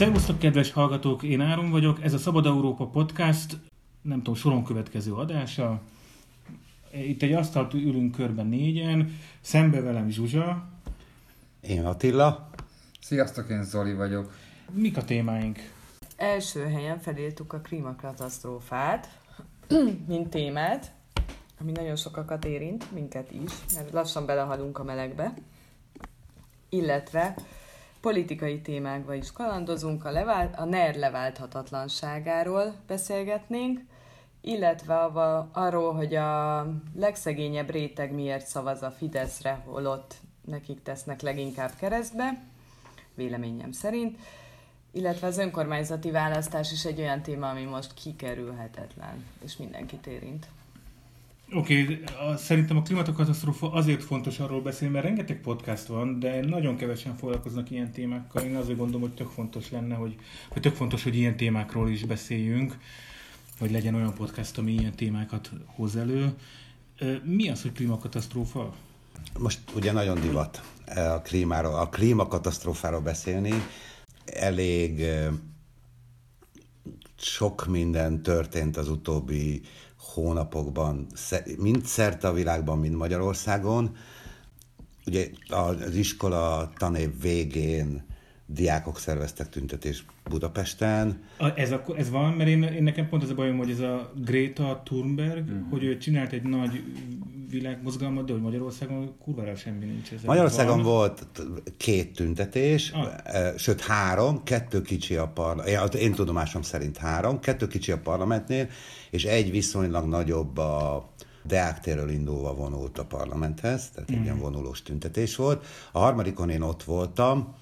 Szervusztok, kedves hallgatók, én Áron vagyok, ez a Szabad Európa Podcast, nem tudom, soron következő adása. Itt egy asztalt ülünk körben négyen, szembe velem Zsuzsa. Én Attila. Sziasztok, én Zoli vagyok. Mik a témáink? Első helyen felírtuk a klímakatasztrófát, mint témát, ami nagyon sokakat érint, minket is, mert lassan belehalunk a melegbe. Illetve politikai témákba is kalandozunk, a NER leválthatatlanságáról beszélgetnénk, illetve arról, hogy a legszegényebb réteg miért szavaz a Fideszre, holott nekik tesznek leginkább keresztbe, véleményem szerint, illetve az önkormányzati választás is egy olyan téma, ami most kikerülhetetlen, és mindenkit érint. Oké, szerintem a klímakatasztrófa azért fontos arról beszélni, mert rengeteg podcast van, de nagyon kevesen foglalkoznak ilyen témákkal. Én azért gondolom, hogy tök fontos lenne, hogy ilyen témákról is beszéljünk, hogy legyen olyan podcast, ami ilyen témákat hoz elő. Mi az, hogy klímakatasztrófa? Most ugye nagyon divat a klímakatasztrófáról beszélni. Elég sok minden történt az utóbbi hónapokban, mind szerte a világban, mind Magyarországon. Ugye az iskola tanév végén diákok szerveztek tüntetést Budapesten. Ez van, mert én nekem pont az a bajom, hogy ez a Greta Thunberg, hogy ő csinált egy nagy világmozgalmat, de hogy Magyarországon kurvára semmi nincs. Magyarországon volt 2 tüntetés, sőt 3, 2 kicsi a parlament, én tudomásom szerint 3, 2 kicsi a parlamentnél, és egy viszonylag nagyobb a Deák térről indulva vonult a parlamenthez, tehát egy ilyen vonulós tüntetés volt. A harmadikon én ott voltam,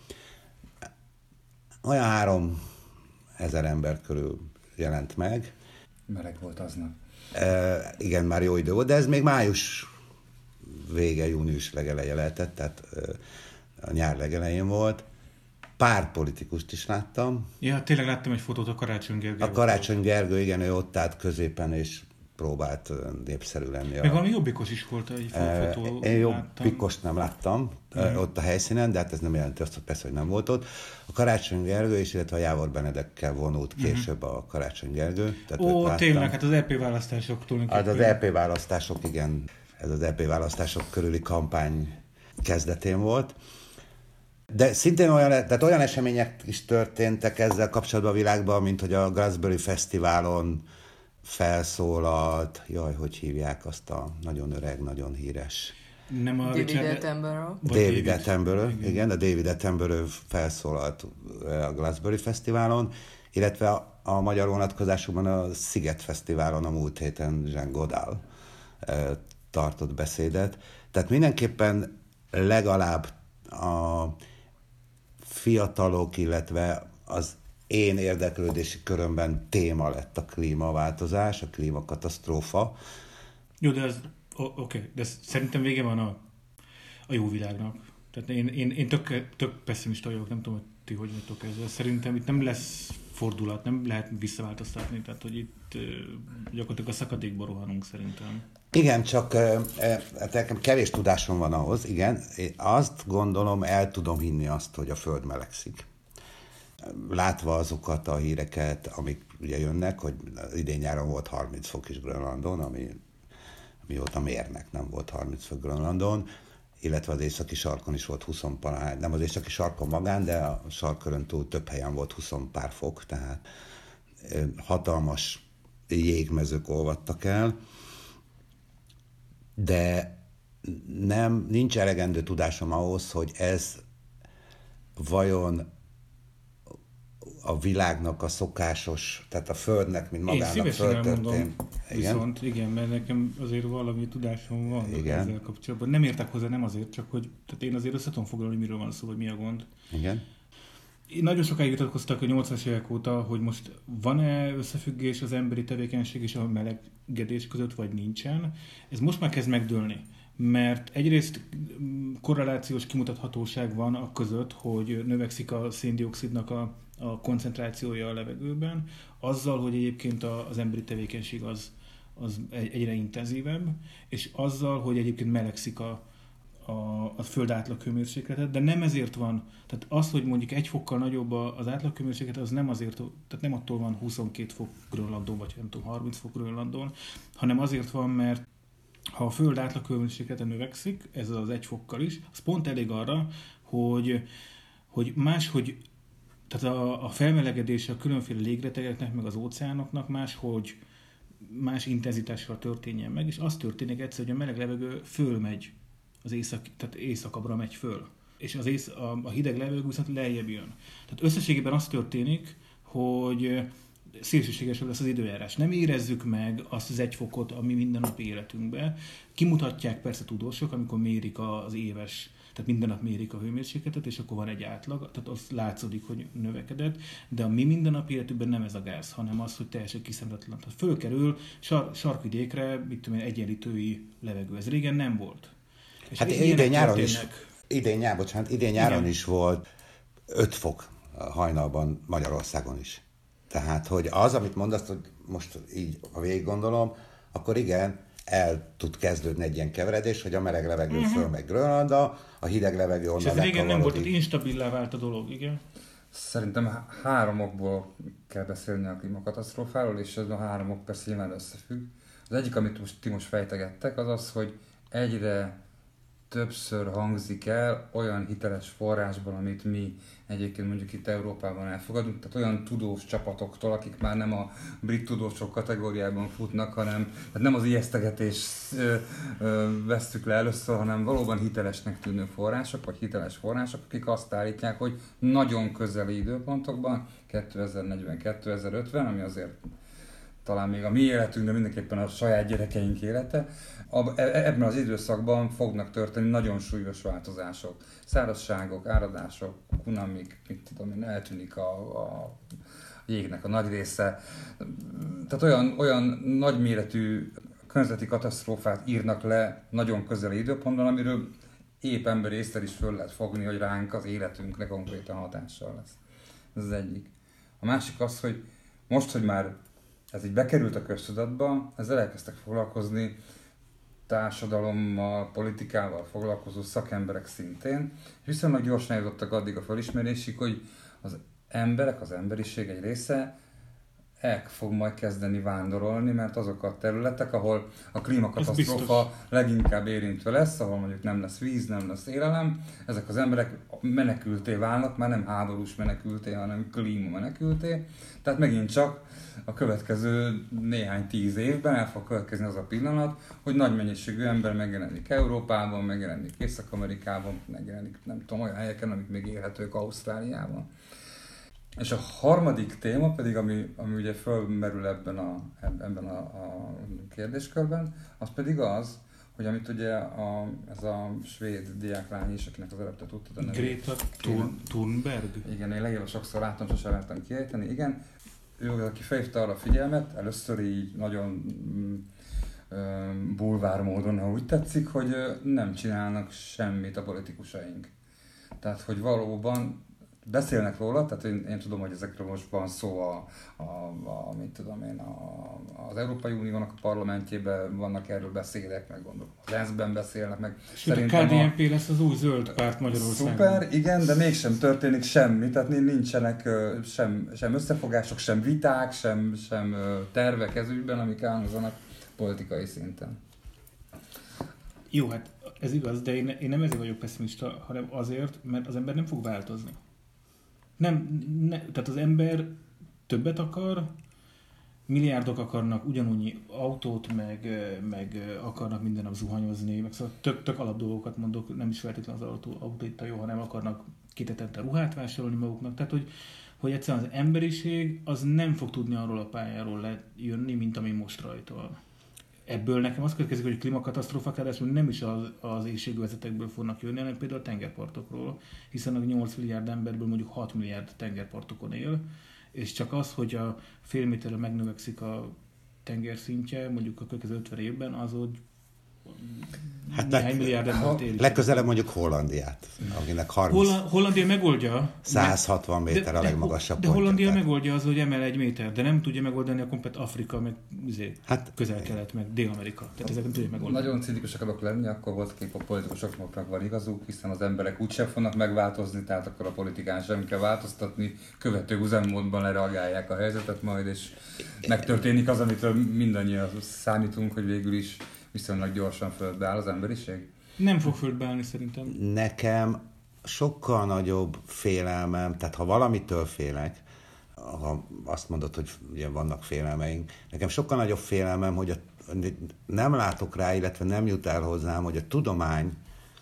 olyan 3000 ember körül jelent meg. Meleg volt aznap. Igen, már jó idő volt, de ez még május vége, június legeleje lehetett, tehát a nyár legelején volt. Pár politikust is láttam. Ja, tényleg láttam egy fotót a Karácsony Gergely. A Karácsony Gergely, igen, ő ott állt középen, és próbált népszerű lenni. Meg valami jobbikos is volt egy fotó. Én jobbikost nem láttam ott a helyszínen, de hát ez nem jelenti azt, hogy persze, hogy nem volt ott. A Karácsony Gergely és illetve a Jávor Benedekkel vonult később a Karácsony Gergely. Tényleg, hát az EP választásoktól. Hát az EP választások, igen, ez az EP választások körüli kampány kezdetén volt. De szintén olyan események is történtek ezzel kapcsolatban a világban, mint hogy a Glastonbury Fesztiválon felszólalt, hogy hívják azt a nagyon öreg, nagyon híres... Nem a David Attenborough. David Attenborough, igen, a David Attenborough felszólalt a Glastonbury Fesztiválon, illetve a magyar vonatkozásukban a Sziget Fesztiválon a múlt héten Jean Godal tartott beszédet. Tehát mindenképpen legalább a fiatalok, illetve az én érdeklődési körömben téma lett a klímaváltozás, a klímakatasztrófa. Jó, de ez oké, de szerintem vége van a jó világnak. Tehát én tök pessimista vagyok, nem tudom, hogy ti hogy vagytok ezzel. Szerintem itt nem lesz fordulat, nem lehet visszaváltoztatni, tehát hogy itt gyakorlatilag a szakadékba rohanunk szerintem. Igen, csak nekem kevés tudásom van ahhoz, igen. Én azt gondolom, el tudom hinni azt, hogy a Föld melegszik. Látva azokat a híreket, amik ugye jönnek, hogy idén nyáron volt 30 fok is Grönlandon, mióta mérnek, nem volt 30 fok Grönlandon, illetve az északi sarkon is volt 20 pár, nem az északi sarkon magán, de a sarkkörön túl több helyen volt 20 pár fok, tehát hatalmas jégmezők olvadtak el, de nincs elegendő tudásom ahhoz, hogy ez vajon a világnak a szokásos, tehát a Földnek, mint magának földtörtént. Viszont igen, mert nekem azért valami tudásom van ezzel kapcsolatban. Nem értek hozzá, nem azért, csak hogy tehát én azért össze tudom foglalni, hogy miről van szó, vagy mi a gond. Igen. Nagyon sokáig vitatkoztak a 80-as évek óta, hogy most van-e összefüggés az emberi tevékenység és a melegedés között, vagy nincsen. Ez most már kezd megdőlni. Mert egyrészt korrelációs kimutathatóság van a között, hogy növekszik a széndioxidnak a koncentrációja a levegőben, azzal, hogy egyébként az emberi tevékenység az egyre intenzívebb, és azzal, hogy egyébként melegszik a a föld átlaghőmérsékletet, de nem ezért van, tehát az, hogy mondjuk 1 fokkal nagyobb az átlaghőmérséklet, az nem azért, tehát nem attól van 22 fok Grönlandon, vagy nem tudom, 30 fok Grönlandon, hanem azért van, mert ha a föld átlaghőmérséklete növekszik, ez az 1 fokkal is, az pont elég arra, hogy máshogy, tehát a felmelegedése a különféle légrétegeknek, meg az óceánoknak más intenzitással történjen meg, és az történik egyszer, hogy a meleg levegő fölmegy, tehát északabbra megy föl. És a hideg levegő viszont lejjebb jön. Tehát összességében az történik, hogy szélsőségesebb lesz az időjárás. Nem érezzük meg azt az 1 fokot a mi mindennapi életünkben. Kimutatják persze tudósok, amikor mérik az éves, tehát minden nap mérik a hőmérsékletet, és akkor van egy átlag, tehát az látszódik, hogy növekedett, de a mi mindennapi életünkben nem ez a gáz, hanem az, hogy teljesen kiszámíthatatlan. Tehát fölkerül sarkvidékre, mit tudom én, egyenlítői levegő. Ez régen nem volt. És hát idén nyáron is volt 5 fok hajnalban Magyarországon is. Tehát, hogy az, amit mondasz, hogy most így, ha végig gondolom, akkor igen, el tud kezdődni egy ilyen keveredés, hogy a meleg levegő fölmegy Grönlandra, a hideg levegő onnan lekavalodik. És ez régen nem volt, hogy instabilá vált a dolog, igen? Szerintem 3 okból kell beszélni a klímakatasztrófáról, és ez a 3 ok persze nyilván összefügg. Az egyik, amit ti most fejtegettek, az az, hogy egyre többször hangzik el olyan hiteles forrásból, amit mi egyébként mondjuk itt Európában elfogadunk, tehát olyan tudós csapatoktól, akik már nem a brit tudósok kategóriában futnak, hanem tehát nem az ijesztegetést vesztük le először, hanem valóban hitelesnek tűnő források, vagy hiteles források, akik azt állítják, hogy nagyon közeli időpontokban, 2040-2050, ami azért talán még a mi életünk, de mindenképpen a saját gyerekeink élete, ebben az időszakban fognak történni nagyon súlyos változások. Szárazságok, áradások, cunamik, mit tudom én, eltűnik a jégnek a nagy része. Tehát olyan nagyméretű környezeti katasztrófát írnak le nagyon közeli időpontban, amiről épp emberi észre is föl lehet fogni, hogy ránk az életünkre konkrétan hatással lesz. Ez az egyik. A másik az, hogy most, hogy már ez így bekerült a köztudatba, ezzel elkezdtek foglalkozni társadalommal, politikával foglalkozó szakemberek szintén, és viszonylag gyorsan jutottak addig a felismerésig, hogy az emberek, az emberiség egy része el fog majd kezdeni vándorolni, mert azok a területek, ahol a klímakatasztrófa leginkább érintve lesz, ahol mondjuk nem lesz víz, nem lesz élelem, ezek az emberek menekülté válnak, már nem háborús menekülté, hanem klímamenekülté. Tehát megint csak a következő néhány 10 évben el fog következni az a pillanat, hogy nagy mennyiségű ember megjelenik Európában, megjelenik Észak-Amerikában, megjelenik nem tudom, olyan helyeken, amik még élhetők Ausztráliában. És a harmadik téma pedig, ami ugye fölmerül ebben a kérdéskörben, az pedig az, hogy amit ugye ez a svéd diáklány is, akinek az előbb te tudtad a nevét. Greta Thunberg? Igen, én legjobban sokszor láttam, sosem lehetem kiejteni, igen. Ő az, aki felhívta arra a figyelmet, először így nagyon bulvár módon, ha úgy tetszik, hogy nem csinálnak semmit a politikusaink. Tehát, hogy valóban beszélnek róla, tehát én tudom, hogy ezekről most van szó mit tudom én, az Európai Uniónak a parlamentjében vannak erről beszélek, meg gondolom, az ENSZ-ben beszélnek, meg sőt, a KDNP lesz az új zöld párt Magyarországon. Szuper, igen, de mégsem történik semmi, tehát nincsenek sem összefogások, sem viták, sem tervek ez ügyben, amik elhangzanak politikai szinten. Jó, hát ez igaz, de én nem ezért vagyok pessimista, hanem azért, mert az ember nem fog változni. Tehát az ember többet akar, milliárdok akarnak ugyanúgy autót, meg akarnak minden nap zuhanyozni, meg szóval tök alap dolgokat mondok, nem is feltétlenül az autó itt a jó, hanem akarnak kitetente ruhát vásárolni maguknak. Tehát, hogy egyszerűen az emberiség az nem fog tudni arról a pályáról lejönni, mint ami most rajta van. Ebből nekem az következik, hogy klímakatasztrófák ráadásul nem is az éhségövezetekből fognak jönni, hanem például a tengerpartokról, hiszen a 8 milliárd emberből mondjuk 6 milliárd tengerpartokon él, és csak az, hogy a fél méterre megnövekszik a tengerszintje, mondjuk a következő 50 évben, az úgy Hát néhány milliárd embert érik. legközelebb mondjuk Hollandiát, akinek 30... Hollandia megoldja. 160 méter a legmagasabb De pontja. Hollandia megoldja az, hogy emel 1 méter, de nem tudja megoldani a komplet Afrika, meg Hát, Közel-Kelet, meg Dél-Amerika. Tehát ezek nem tudja megoldani. Nagyon cinikus akarok lenni, akkor voltaképp a politikusoknak van igazuk, hiszen az emberek úgysem fognak megváltozni, tehát akkor a politikán sem kell változtatni, követő üzemmódban lereagálják a helyzetet majd, és megtörténik az, amitől mindannyian számítunk, hogy végül is viszonylag gyorsan földbe áll az emberiség. Nem fog földbe állni szerintem. nekem sokkal nagyobb félelmem, tehát ha valamitől félek, ha azt mondod, hogy ugye vannak félelmeink, nekem sokkal nagyobb félelmem, hogy nem látok rá, illetve nem jut el hozzám, hogy a tudomány,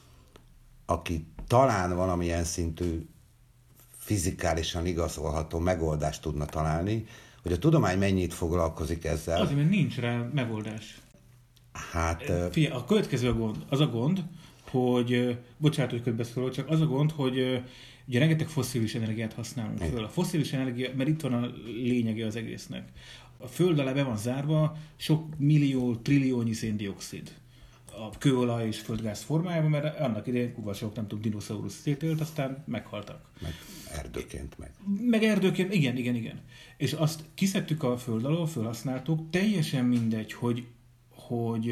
aki talán valamilyen szintű fizikálisan igazolható megoldást tudna találni, hogy a tudomány mennyit foglalkozik ezzel. Azért, mert nincs rá megoldás. Hát... Figyelj, a következő az a gond, hogy, bocsánat, hogy közbeszólok, csak az a gond, hogy ugye rengeteg fosszilis energiát használunk föl. A fosszilis energia, mert itt van a lényege az egésznek. A Föld alá be van zárva sok millió, trilliónyi széndioxid a kőolaj és földgáz formájában, mert annak idején kurva sok, nem tudom, dinoszaurusz szétélt, aztán meghaltak. Meg erdőként meg. Meg erdőként, igen. És azt kiszedtük a föld alól, felhasználtuk, teljesen mindegy, hogy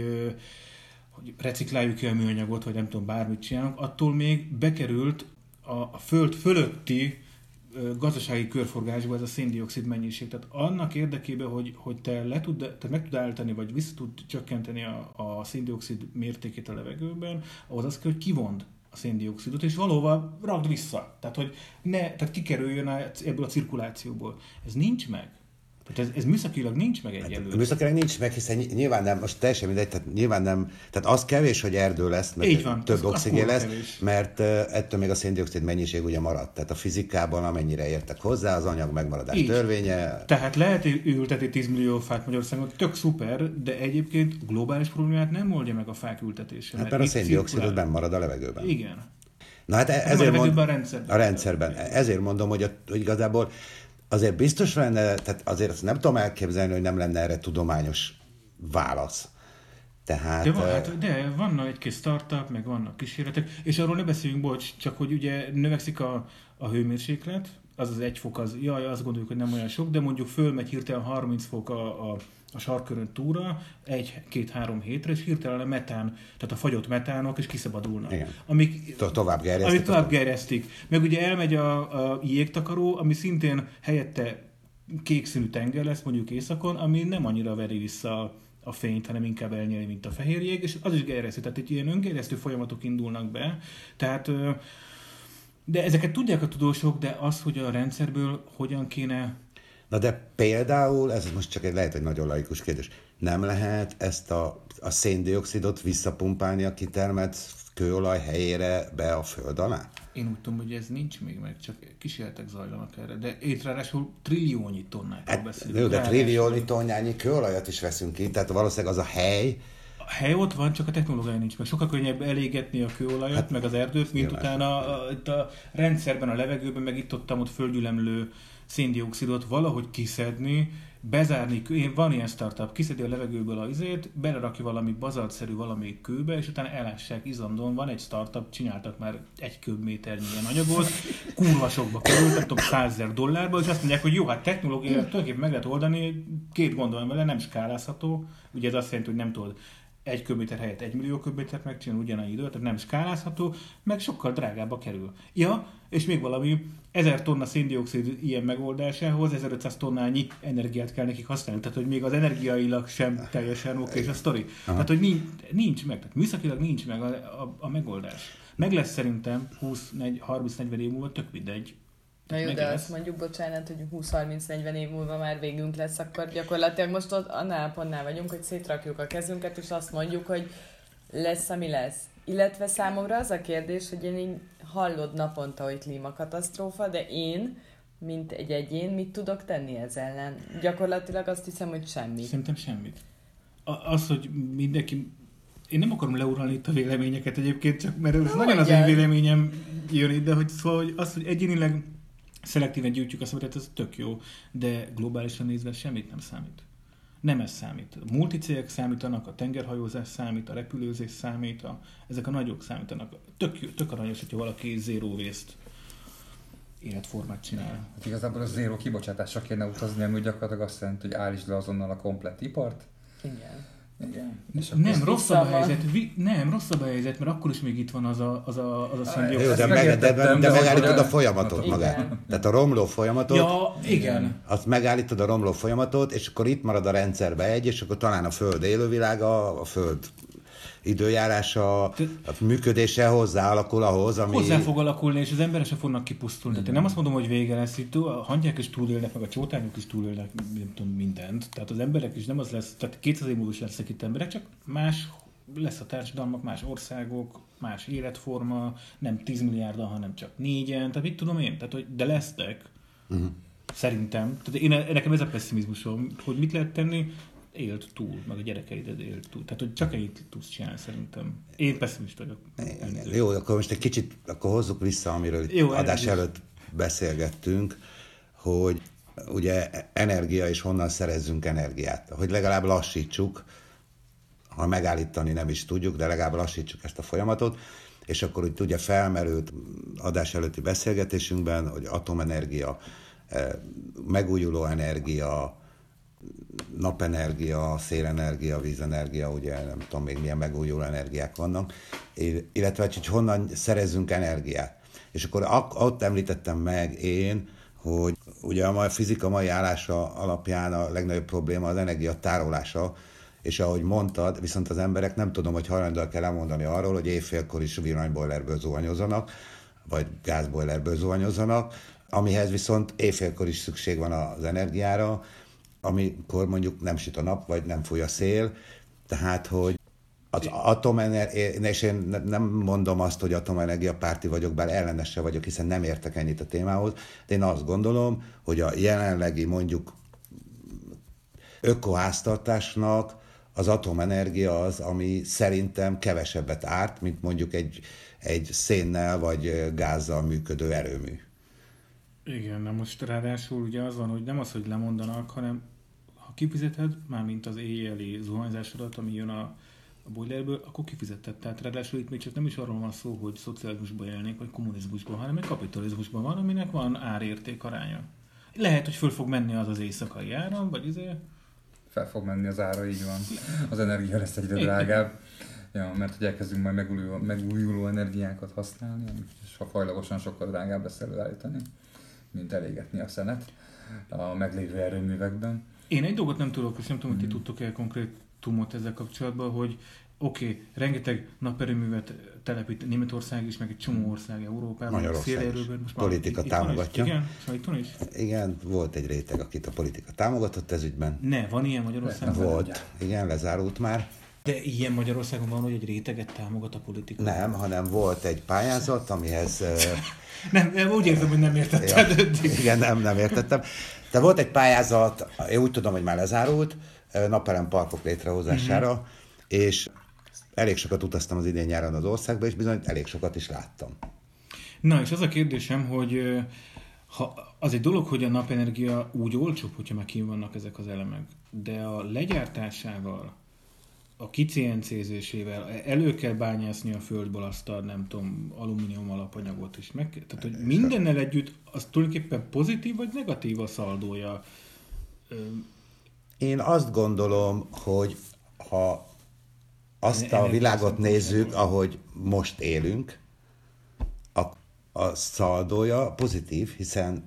recikláljuk ki a műanyagot, vagy nem tudom, bármit csinálunk, attól még bekerült a föld fölötti gazdasági körforgásba ez a széndioxid mennyiség. Tehát annak érdekében, hogy te meg tud állítani, vagy vissza tud csökkenteni a széndioxid mértékét a levegőben, ahhoz az kell, hogy kivond a széndioxidot, és valóban rakd vissza. Tehát kikerüljön ebből a cirkulációból. Ez nincs meg. Tehát ez műszakilag nincs meg egyelőre. Hát, műszakilag nincs meg, hiszen nyilván nem, most teljesen mindegy, tehát nyilván nem, tehát az kevés, hogy erdő lesz, mert van, több oxigén lesz, kevés. mert ettől még a széndioxid mennyiség ugye maradt. Tehát a fizikában amennyire értek hozzá, az anyag megmaradás törvénye. Tehát lehet ültetni 10 millió fát Magyarországon, tök szuper, de egyébként globális problémát nem oldja meg a fák ültetése. Hát mert a széndioxidot benn marad a levegőben. Igen. Na hát ezért a rendszerben. Ezért mondom, hogy igazából azért biztos lenne, tehát azért azt nem tudom elképzelni, hogy nem lenne erre tudományos válasz. Tehát... De vannak egy-két startup, meg vannak kísérletek, és arról ne beszéljünk, bocs, csak hogy ugye növekszik a hőmérséklet, az 1 fok, azt gondoljuk, hogy nem olyan sok, de mondjuk fölmegy hirtelen 30 fok a sarkkörön túra 1-2-3 hétre, és hirtelen a metán, tehát a fagyott metánok is kiszabadulnak. Igen. Amik tovább gerjesztik. Meg ugye elmegy a jégtakaró, ami szintén helyette kék színű tenger lesz, mondjuk északon, ami nem annyira veri vissza a fényt, hanem inkább elnyeli, mint a fehér jég, és az is gerjesztő. Tehát itt ilyen öngerjesztő folyamatok indulnak be. Tehát, de ezeket tudják a tudósok, de az, hogy a rendszerből hogyan kéne... Na de például, ez most csak lehet egy nagyon laikus kérdés, nem lehet ezt a széndioxidot visszapumpálni a kitermelt kőolaj helyére be a föld alá? Én úgy tudom, hogy ez nincs még meg, csak kísérletek zajlanak erre, de ráadásul trilliónyi tonnákról beszélünk. Jó, de trilliónyi tonnányi kőolajat is veszünk ki, tehát valószínűleg az a hely... A hely ott van, csak a technológia nincs meg. Sokkal könnyebb elégetni a kőolajat, meg az erdőt, mint utána itt a rendszerben, a levegőben, meg itt-ott földgyülemlő széndioxidot valahogy kiszedni, bezárni, van ilyen startup, kiszedi a levegőből a izét, belerakja valami bazaltszerű valami kőbe, és utána elássák Izlandon. Van egy startup, csináltak már 1 köbméternyi ilyen anyagot, kurva sokba került, nem tudom, $100,000, és azt mondják, hogy jó, hát technológiailag tulajdonképpen meg lehet oldani, 2 gondolom vele, nem skálázható, ugye ez azt jelenti, hogy nem tudod 1 köbméter helyett 1 millió köbmétert megcsinálni ugyanannyi időt, tehát nem skálázható, meg sokkal drágábba kerül. Ja, és még valami, 1000 tonna széndioxid ilyen megoldásához 1500 tonnányi energiát kell nekik használni, tehát hogy még az energiailag sem teljesen okés a sztori. Tehát, hogy nincs meg, tehát műszakilag nincs meg a megoldás. Meg lesz szerintem 30-40 év múlva, tök mindegy. Na jó, de azt mondjuk, bocsánat, hogy 20-30-40 év múlva már végünk lesz, akkor gyakorlatilag most ott annál pontnál vagyunk, hogy szétrakjuk a kezünket, és azt mondjuk, hogy lesz, ami lesz. Illetve számomra az a kérdés, hogy én hallod naponta, hogy klímakatasztrófa, de én, mint egy egyén, mit tudok tenni ez ellen? Gyakorlatilag azt hiszem, hogy semmit. Szerintem semmit. Az, hogy mindenki... Én nem akarom leuralni itt a véleményeket egyébként, csak mert ez nagyon az én véleményem jön itt, de hogy szóval hogy az, hogy egyénileg szelektíven gyűjtjük a szemetet, ez tök jó, de globálisan nézve semmit nem számít. Nem ez számít. A multicégek számítanak, a tengerhajózás számít, a repülőzés számít, ezek a nagyok számítanak. Tök aranyos, hogyha valaki zero waste életformát csinál. Hát igazából a zero kibocsátásra kéne utazni, ami gyakorlatilag azt jelenti, hogy állítsd le azonnal a komplett ipart. Igen. Nem, rosszabb a helyzet, mert akkor is még itt van az a széndioxid. De megállítod a folyamatot magát. Tehát a romló folyamatot. Ja, igen. Azt megállítod a romló folyamatot, és akkor itt marad a rendszerbe egy, és akkor talán a Föld élővilága, a Föld időjárása, a működése hozzáalakul ahhoz, ami... Hozzá fog alakulni, és az emberek se fognak kipusztulni. Tehát én nem azt mondom, hogy vége lesz itt, a hangyák is túlélnek, meg a csótányok is túlélnek, nem tudom, mindent. Tehát az emberek is nem az lesz, tehát 200 év múlva is lesznek itt emberek, csak más lesz a társadalmak, más országok, más életforma, nem 10 milliárdan, hanem csak 4-en, tehát mit tudom én, tehát, hogy de lesznek, szerintem. Tehát nekem ez a pessimizmusom, hogy mit lehet tenni, élt túl, meg a gyerekeidet élt túl. Tehát, hogy csak ennyit tudsz csinálni, szerintem. Én pessimista vagyok. Jó, akkor most egy kicsit akkor hozzuk vissza, amiről adás előtt beszélgettünk, hogy ugye energia, és honnan szerezzünk energiát. Hogy legalább lassítsuk, ha megállítani nem is tudjuk, de legalább lassítsuk ezt a folyamatot, és akkor úgy ugye felmerült adás előtti beszélgetésünkben, hogy atomenergia, megújuló energia, napenergia, szélenergia, vízenergia, ugye nem tudom még milyen megújuló energiák vannak, illetve hogy honnan szerezzünk energiát. És akkor ott említettem meg én, hogy ugye a fizika mai állása alapján a legnagyobb probléma az energia tárolása, és ahogy mondtad, viszont az emberek nem tudom, hogy hajlandóak kell lemondani arról, hogy éjfélkor is villanybojlerből zuhanyozzanak, vagy gázbojlerből zuhanyozzanak, amihez viszont éjfélkor is szükség van az energiára, amikor mondjuk nem süt a nap, vagy nem fúj a szél, tehát, hogy az atomenergia, és én nem mondom azt, hogy atomenergia párti vagyok, bár ellenese vagyok, hiszen nem értek ennyit a témához, de én azt gondolom, hogy a jelenlegi mondjuk ökoháztartásnak az atomenergia az, ami szerintem kevesebbet árt, mint mondjuk egy szénnel vagy gázzal működő erőmű. Igen, de most ráadásul ugye az van, hogy nem az, hogy lemondanak, hanem ha kifizeted, mármint az éjjeli zuhanyzásodat, ami jön a boilerből, akkor kifizetted. Tehát ráadásul itt még csak nem is arról van szó, hogy szocializmusban élnék, vagy kommunizmusban, hanem egy kapitalizmusban van, aminek van árérték aránya. Lehet, hogy föl fog menni az éjszakai áram, vagy fel fog menni az ára, így van. Az energia lesz egyre drágább. Ja, mert hogy elkezdünk majd megújuló energiákat használni, és ha fajlagosan sokkal drágább lesz előállítani, mint elégetni a szenet a meglévő erőművekben. Én egy dolgot nem tudok, és nem tudom, hogy ti tudtok-e konkrétumot ezzel kapcsolatban, hogy rengeteg naperőművet telepít Németország is, meg egy csomó ország Európában. Magyarország is. Politika támogatja. Igen, sajton is? Igen, volt egy réteg, akit a politika támogatott ez ügyben. Van ilyen Magyarországon? Volt, igen, lezárult már. De ilyen Magyarországon van, hogy egy réteget támogat a politika? Nem, hanem volt egy pályázat, amihez... nem, úgy érzem, hogy nem értetted. Ja, igen, nem értettem. De volt egy pályázat, én úgy tudom, hogy már lezárult, napelemparkok létrehozására, és elég sokat utaztam az idén nyáron az országba, és bizony elég sokat is láttam. Na, és az a kérdésem, hogy az egy dolog, hogy a napenergia úgy olcsóbb, hogyha már kín vannak ezek az elemek, de a legyártásával, a kiciencézésével elő kell bányászni a földből azt a, nem tudom, alumínium alapanyagot is. Tehát, hogy mindennel együtt az tulajdonképpen pozitív vagy negatív a szaldója? Én azt gondolom, hogy ha azt a világot nézzük, ahogy most élünk, a szaldója pozitív, hiszen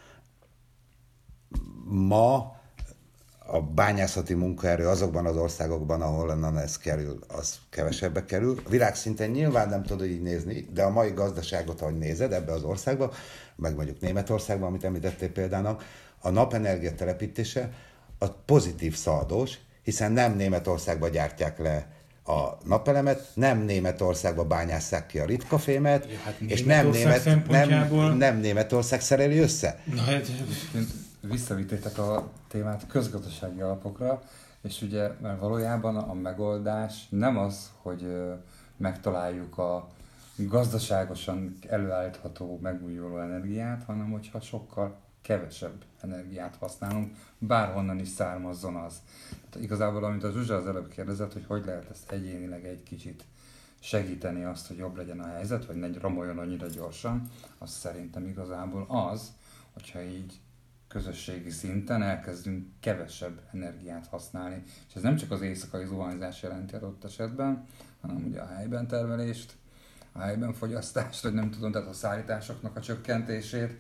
ma a bányászati munkaerő azokban az országokban, ahol onnan ez kerül, az kevesebbe kerül. Világszinten nyilván nem tudod így nézni, de a mai gazdaságot, ahogy nézed ebbe az országba, meg mondjuk Németországban, amit említettél példának, a napenergia telepítése a pozitív szaldós, hiszen nem Németországban gyártják le a napelemet, nem Németországba bányásszák ki a ritkafémet, és nem Németország szereli össze. Visszavittétek a témát közgazdasági alapokra, és ugye mert valójában a megoldás nem az, hogy megtaláljuk a gazdaságosan előállítható megújuló energiát, hanem hogyha sokkal kevesebb energiát használunk, bárhonnan is származzon az. Tehát igazából, amit a Zsuzsa az előbb kérdezett, hogy lehet ezt egyénileg egy kicsit segíteni azt, hogy jobb legyen a helyzet, vagy ne romoljon annyira gyorsan, az szerintem igazából az, hogyha így közösségi szinten elkezdünk kevesebb energiát használni. És ez nem csak az éjszakai zuhanyzás jelenti adott esetben, hanem ugye a helyben termelést, a helyben fogyasztást, vagy nem tudom, tehát a szállításoknak a csökkentését,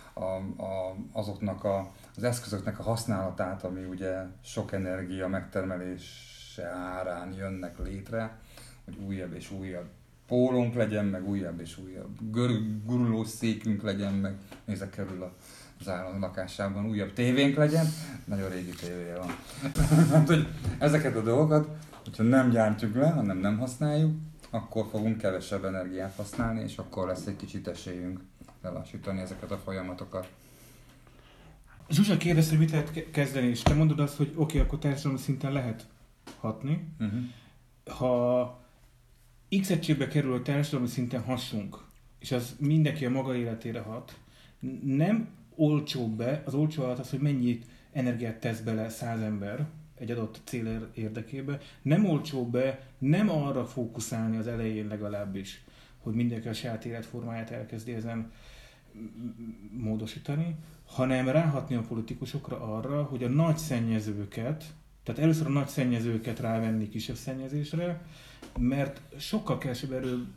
azoknak az eszközöknek a használatát, ami ugye sok energia megtermelése árán jönnek létre, hogy újabb és újabb pólónk legyen, meg újabb és újabb gurulós székünk legyen, meg nézek körül az állam lakásában, újabb tévénk legyen, nagyon régi tévéje van. Hát, hogy ezeket a dolgokat, hogyha nem gyártjuk le, hanem nem használjuk, akkor fogunk kevesebb energiát használni, és akkor lesz egy kicsit esélyünk lelassítani ezeket a folyamatokat. Zsuzsa kérdezte, hogy mit lehet kezdeni, és te mondod azt, hogy oké, akkor társadalmi szinten lehet hatni. Ha X egységbe kerül, hogy társadalmi szinten hassunk, és az mindenki a maga életére hat, nem olcsóbb be, az olcsó alatt az, hogy mennyit energiát tesz bele 100 ember egy adott cél érdekébe, nem olcsóbb be, nem arra fókuszálni az elején legalábbis, hogy mindenki a saját életformáját elkezdi ezen módosítani, hanem ráhatni a politikusokra arra, hogy a nagy szennyezőket, tehát először a nagy szennyezőket rávenni kisebb szennyezésre, mert sokkal kevesebb erő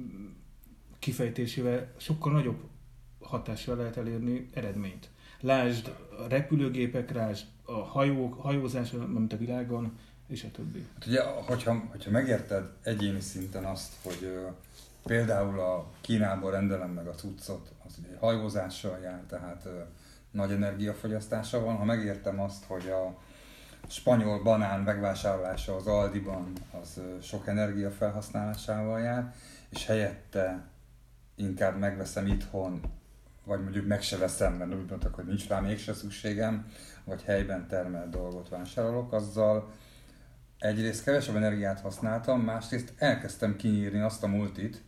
kifejtésével sokkal nagyobb hatással lehet elérni eredményt. Lásd a repülőgépek, lásd a hajózás, mint a világon, és a többi. Hát ugye, hogyha megérted egyéni szinten azt, hogy például a Kínából rendelem meg a cuccot, az ugye hajózással jár, tehát nagy energiafogyasztása van. Ha megértem azt, hogy a spanyol banán megvásárlása az Aldiban az sok energiafelhasználásával jár, és helyette inkább megveszem itthon, vagy mondjuk meg se veszem, mert úgy mondtak, hogy nincs rá mégse szükségem, vagy helyben termelt dolgot vásárolok, azzal egyrészt kevesebb energiát használtam, másrészt elkezdtem kinyírni azt a multit,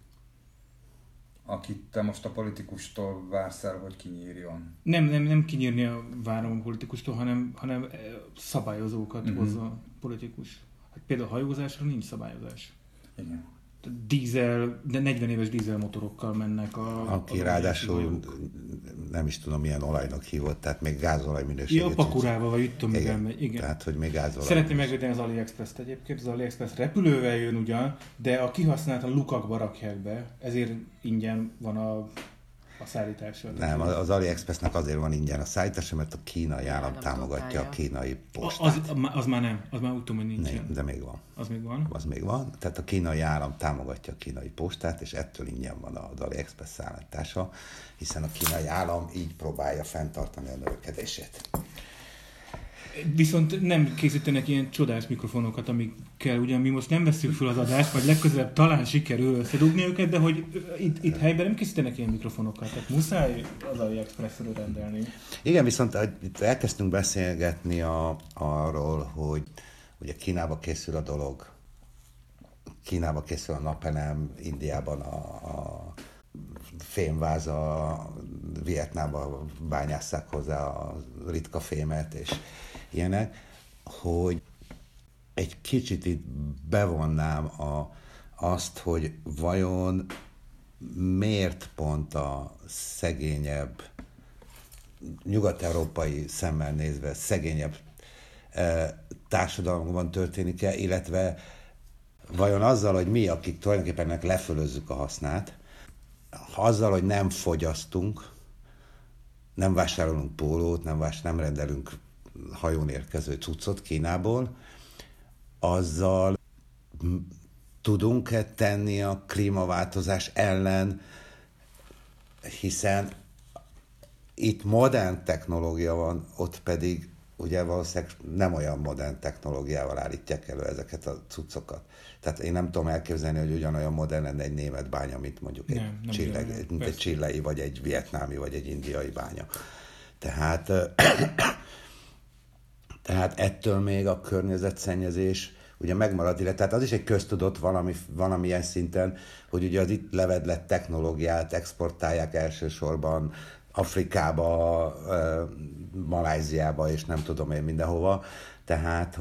akit te most a politikustól vársz el, hogy kinyírjon. Nem kinyírni várom a politikustól, hanem szabályozókat hozza a politikus. Hát például a hajózásra nincs szabályozás. Igen. De 40 éves dízelmotorokkal mennek aki ráadásul nem is tudom milyen olajnak hívott, tehát még gázolaj minőségét. Ja, pakurával, vagy itt tudom, mivel megy. Igen. Tehát, hogy még gázolaj. Szeretném megvédeni az AliExpress-t egyébként. Az AliExpress repülővel jön ugyan, de a kihasználatlan lukakba rakják be, ezért ingyen van a szállítása. Nem, az AliExpressnek azért van ingyen a szállítása, mert a kínai állam támogatja a kínai postát. Az már nem, az már úgy tudom, hogy nincsen. Nem, de még van. Az még van? Az még van. Tehát a kínai állam támogatja a kínai postát, és ettől ingyen van az AliExpress szállítása, hiszen a kínai állam így próbálja fenntartani a növekedését. Viszont nem készítenek ilyen csodás mikrofonokat, amikkel ugyan mi most nem veszünk fel az adást, vagy legközelebb talán sikerül összedugni őket, de hogy itt helyben nem készítenek ilyen mikrofonokat, tehát muszáj az AliExpress-ről rendelni. Igen, viszont itt elkezdtünk beszélgetni arról, hogy ugye Kínába készül a dolog, Kínába készül a napelem, Indiában a fémváza, Vietnámban bányásszák hozzá a ritka fémet, és ilyenek, hogy egy kicsit itt bevonnám azt, hogy vajon miért pont a szegényebb, nyugat-európai szemmel nézve szegényebb társadalomban történik-e, illetve vajon azzal, hogy mi, akik tulajdonképpen ennek lefölözzük a hasznát, azzal, hogy nem fogyasztunk, nem vásárolunk pólót, nem rendelünk hajón érkező cuccot Kínából, azzal tudunk-e tenni a klímaváltozás ellen, hiszen itt modern technológia van, ott pedig ugye valószínűleg nem olyan modern technológiával állítják elő ezeket a cuccokat. Tehát én nem tudom elképzelni, hogy ugyanolyan modern lenne egy német bánya, mint mondjuk egy chilei, vagy egy vietnámi, vagy egy indiai bánya. Tehát ettől még a környezetszennyezés ugye megmarad, illetve tehát az is egy köztudott valamilyen szinten, hogy ugye az itt levedlett technológiát exportálják elsősorban Afrikába, Malajziába, és nem tudom én mindenhova. Tehát,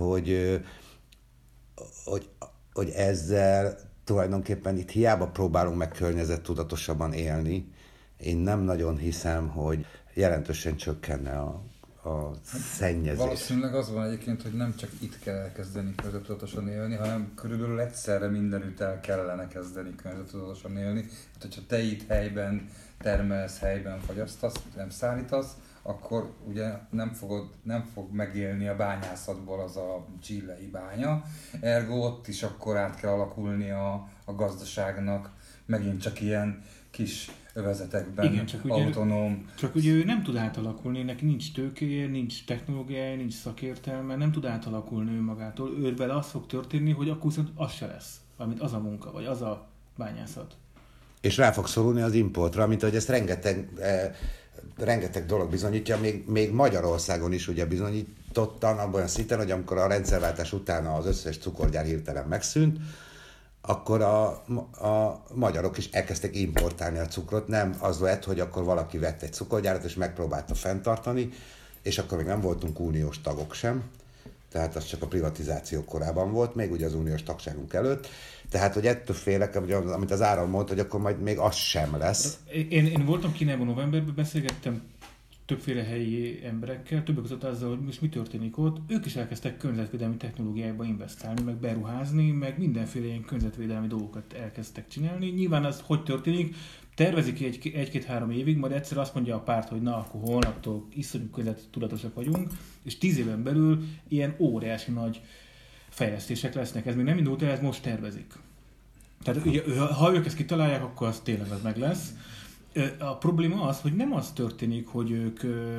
hogy ezzel tulajdonképpen itt hiába próbálunk meg környezettudatosabban élni, én nem nagyon hiszem, hogy jelentősen csökkenne a szennyezés. Valószínűleg az van egyébként, hogy nem csak itt kell elkezdeni környezettudatosan élni, hanem körülbelül egyszerre mindenütt el kellene kezdeni környezettudatosan élni. Hát, hogyha te itt helyben termelsz, helyben fogyasztasz, nem szállítasz, akkor ugye nem fog megélni a bányászatból az a chilei bánya, ergo ott is akkor át kell alakulni a gazdaságnak, megint csak ilyen kis övezetekben. Igen, csak autonóm. Csak ugye ő nem tud átalakulni, neki nincs tőkéje, nincs technológiája, nincs szakértelme, nem tud átalakulni ő magától. Ő vele az fog történni, hogy akkor viszont az se lesz, amit az a munka, vagy az a bányászat. És rá fog szorulni az importra, mint ahogy ezt rengeteg dolog bizonyítja, még Magyarországon is ugye bizonyítottan, abban a szinten, hogy amikor a rendszerváltás után az összes cukorgyár hirtelen megszűnt, akkor a magyarok is elkezdtek importálni a cukrot. Nem az lett, hogy akkor valaki vett egy cukorgyárat és megpróbálta fenntartani, és akkor még nem voltunk uniós tagok sem, tehát az csak a privatizáció korában volt, még ugye az uniós tagságunk előtt. Tehát, hogy ettől félek, amit az Áron mondta, hogy akkor majd még az sem lesz. Én voltam Kínában novemberben, beszélgettem többféle helyi emberekkel, többek között azzal, hogy most mi történik ott. Ők is elkezdtek környezetvédelmi technológiába investálni, meg beruházni, meg mindenféle ilyen környezetvédelmi dolgokat elkezdtek csinálni. Nyilván az hogy történik, tervezik egy-két-három évig, majd egyszer azt mondja a párt, hogy na, akkor holnaptól iszonyú környezettudatosak vagyunk, és 10 éven belül ilyen óriási nagy fejlesztések lesznek. Ez még nem indult el, ez most tervezik. Tehát ha ők ezt kitalálják, akkor az tényleg az meg lesz. A probléma az, hogy nem az történik, hogy ők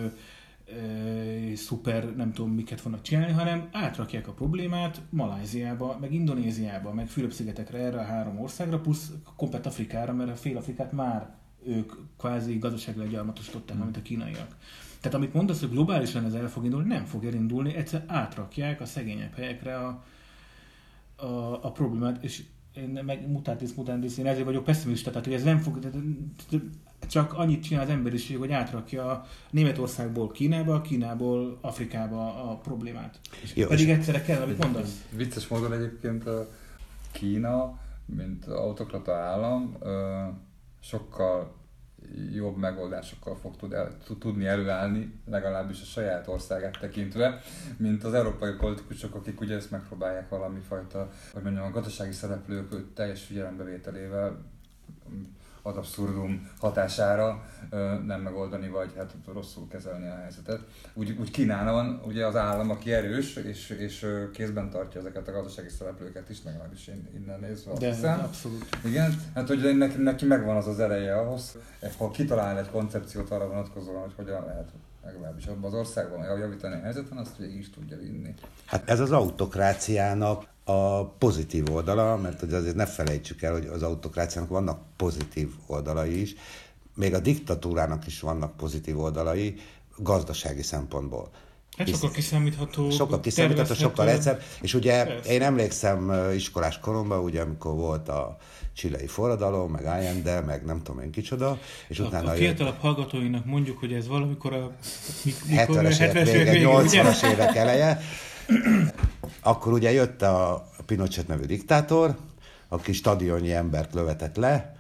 szuper, nem tudom miket fognak csinálni, hanem átrakják a problémát Malajziába, meg Indonéziába, meg Fülöp-szigetekre, erre a 3 országra, plusz komplet Afrikára, mert a fél Afrikát már ők kvázi gazdaságilag gyarmatosították, mint a kínaiak. Tehát amit mondasz, hogy globálisan ez el fog indulni, nem fog elindulni, egyszer átrakják a szegényebb helyekre a problémát, és én meg mutandis, én ezért vagyok pessimista, tehát hogy ez nem fog, csak annyit csinál az emberiség, hogy átrakja Németországból Kínába, Kínából Afrikába a problémát. Jó, pedig egyszerre kell, amit mondasz. Vicces módon egyébként Kína, mint autokrata állam, sokkal jobb megoldásokkal fog tudni előállni, legalábbis a saját országát tekintve, mint az európai politikusok, akik ugye ezt megpróbálják valami fajta, hogy mondjam, a gazdasági szereplők teljes figyelembevételével ad abszurdum hatására nem megoldani, vagy hát rosszul kezelni a helyzetet. Úgy Kínában ugye az állam, aki erős, és kézben tartja ezeket a gazdasági szereplőket is, legalábbis innen nézve. De abszolút. Igen, hát hogy neki megvan az ereje ahhoz, ha kitalál egy koncepciót arra vonatkozóan, hogy hogyan lehet legalábbis abban az országban javítani a helyzeten, azt végig is tudja vinni. Hát ez az autokráciának a pozitív oldala, mert hogy azért ne felejtsük el, hogy az autokráciának vannak pozitív oldalai is, még a diktatúrának is vannak pozitív oldalai gazdasági szempontból. Hát sokkal kiszámítható, sokkal egyszerűbb. És ugye én emlékszem iskolás koromban, ugye amikor volt a chilei forradalom, meg Allende, meg nem tudom én kicsoda, és utána a fiatalabb hallgatóinak mondjuk, hogy ez valamikor a 70-es évek vége, 80-as évek eleje. Akkor ugye jött a Pinochet nevű diktátor, aki stadionnyi embert lövetett le.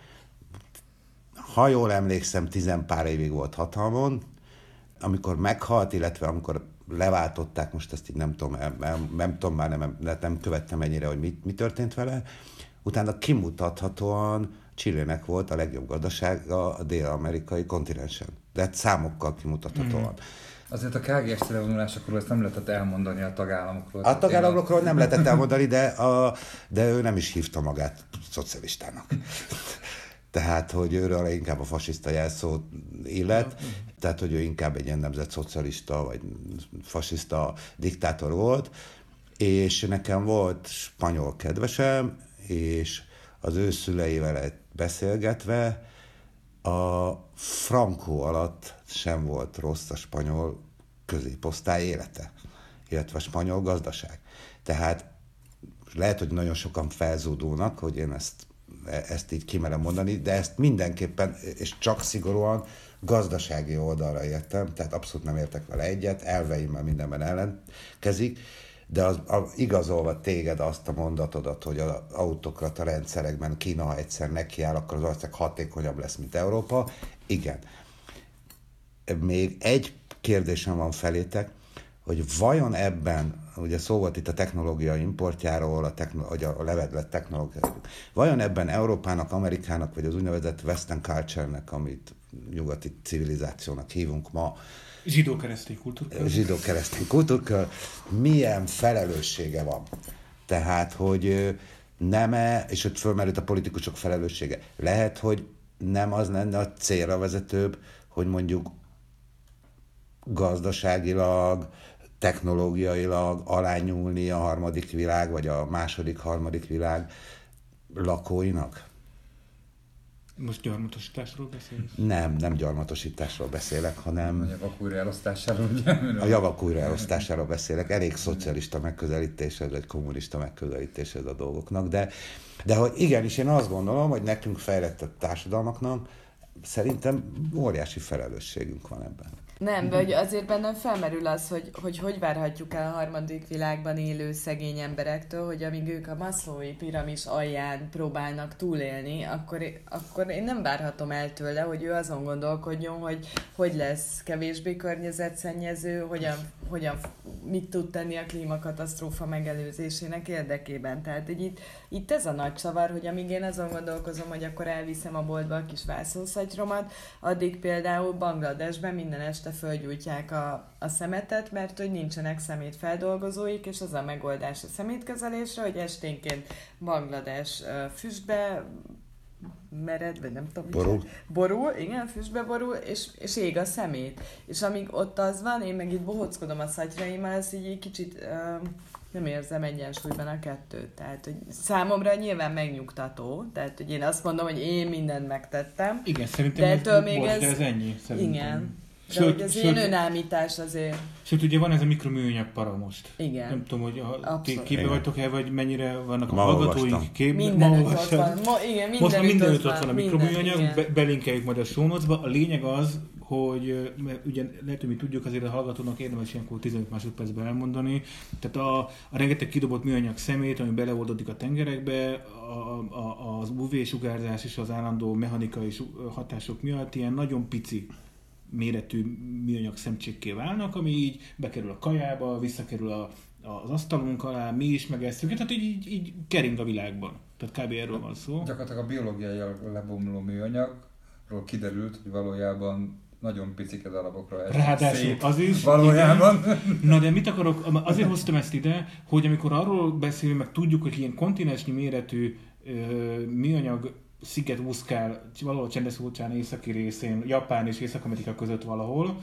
Ha jól emlékszem, 10 pár évig volt hatalmon. Amikor meghalt, illetve amikor leváltották, most ezt így nem tudom már, nem követtem ennyire, hogy mi történt vele. Utána kimutathatóan Chilének volt a legjobb gazdasága a dél-amerikai kontinensen. De számokkal kimutathatóan. Azért a KGST levonulásakor ezt nem lehetett elmondani a tagállamokról. A tagállamokról nem lehetett elmondani, de ő nem is hívta magát szocialistának. Tehát, hogy őről inkább a fasiszta jelszó illet, tehát, hogy ő inkább egy ilyen nemzetszocialista vagy fasiszta diktátor volt, és nekem volt spanyol kedvesem, és az ő szüleivel beszélgetve a Franco alatt sem volt rossz a spanyol középosztály élete, illetve a spanyol gazdaság. Tehát lehet, hogy nagyon sokan felzúdulnak, hogy én ezt így kimerem mondani, de ezt mindenképpen, és csak szigorúan gazdasági oldalra értem, tehát abszolút nem értek vele egyet, elveimmel mindenben ellenkezik, de igazolva téged azt a mondatodat, hogy az autokrata rendszerekben Kína, ha egyszer nekiáll, akkor az ország hatékonyabb lesz, mint Európa. Igen. Még egy kérdésem van felétek, hogy vajon ebben, ugye szó volt itt a technológia importjáról, a levedlet technológia, vajon ebben Európának, Amerikának, vagy az úgynevezett Western Culture-nek, amit nyugati civilizációnak hívunk ma, zsidó-keresztény kultúrkör, milyen felelőssége van? Tehát, hogy nem-e, és ott fölmerült a politikusok felelőssége, lehet, hogy nem az lenne a célra vezetőbb, hogy mondjuk gazdaságilag, technológiailag alányulni a harmadik világ, vagy a második-harmadik világ lakóinak? Most gyarmatosításról beszélsz? Nem gyarmatosításról beszélek, hanem... A javak újraelosztásáról, ugye? A javak újraelosztásáról beszélek. Elég szocialista megközelítéshez, vagy kommunista megközelítéshez a dolgoknak, de hogy igenis, én azt gondolom, hogy nekünk fejlettebb társadalmaknak szerintem óriási felelősségünk van ebben. Nem, vagy azért bennem felmerül az, hogy várhatjuk el a harmadik világban élő szegény emberektől, hogy amíg ők a Maslow'i piramis alján próbálnak túlélni, akkor én nem várhatom el tőle, hogy ő azon gondolkodjon, hogy lesz kevésbé környezetszennyező, mit tud tenni a klímakatasztrófa megelőzésének érdekében. Tehát itt ez a nagy csavar, hogy amíg én azon gondolkozom, hogy akkor elviszem a boltba a kis vászonszatyromat, addig például Bangladesben minden este fölgyújtják a szemetet, mert hogy nincsenek szemétfeldolgozóik, és az a megoldás a szemétkezelésre, hogy esténként Banglades füstbe mered, vagy nem tudom. Borul, igen, füstbe borul, és ég a szemét. És amíg ott az van, én meg itt bohóckodom a szatyraimmal, ez így kicsit nem érzem egyensúlyban a kettőt. Tehát, hogy számomra nyilván megnyugtató. Tehát, hogy én azt mondom, hogy én mindent megtettem. Igen, szerintem de ez ennyi. Szerintem. Igen. De hogy az én önállítás azért... Sőt, ugye van ez a mikroműanyag para most. Igen. Nem tudom, hogy ti képbe vagytok-e, vagy mennyire vannak a Ma hallgatóink képbe. Mindenütt ott van. Most már mindenütt ott van a mikromműanyag, belinkeljük majd a show notes-ba. A lényeg az, hogy ugye lehet, hogy mi tudjuk, azért a hallgatónak érdemes ilyenkor 15 másodpercben elmondani. Tehát a rengeteg kidobott műanyag szemét, ami beleoldódik a tengerekbe, az UV-sugárzás és az állandó mechanikai hatások miatt ilyen nagyon pici méretű műanyag szemcsékké válnak, ami így bekerül a kajába, visszakerül az asztalunk alá, mi is megesszük, tehát így kering a világban. Tehát kb. Erről van szó. Gyakorlatilag a biológiai lebomló műanyagról kiderült, hogy valójában nagyon picike darabokra esik Ráadásul az is. Valójában. Igen. Na de mit akarok, azért hoztam ezt ide, hogy amikor arról beszélünk, meg tudjuk, hogy ilyen kontinensnyi méretű műanyag sziget úszkál valahol Csendes-óceán északi részén, Japán és Észak-Amerika között valahol,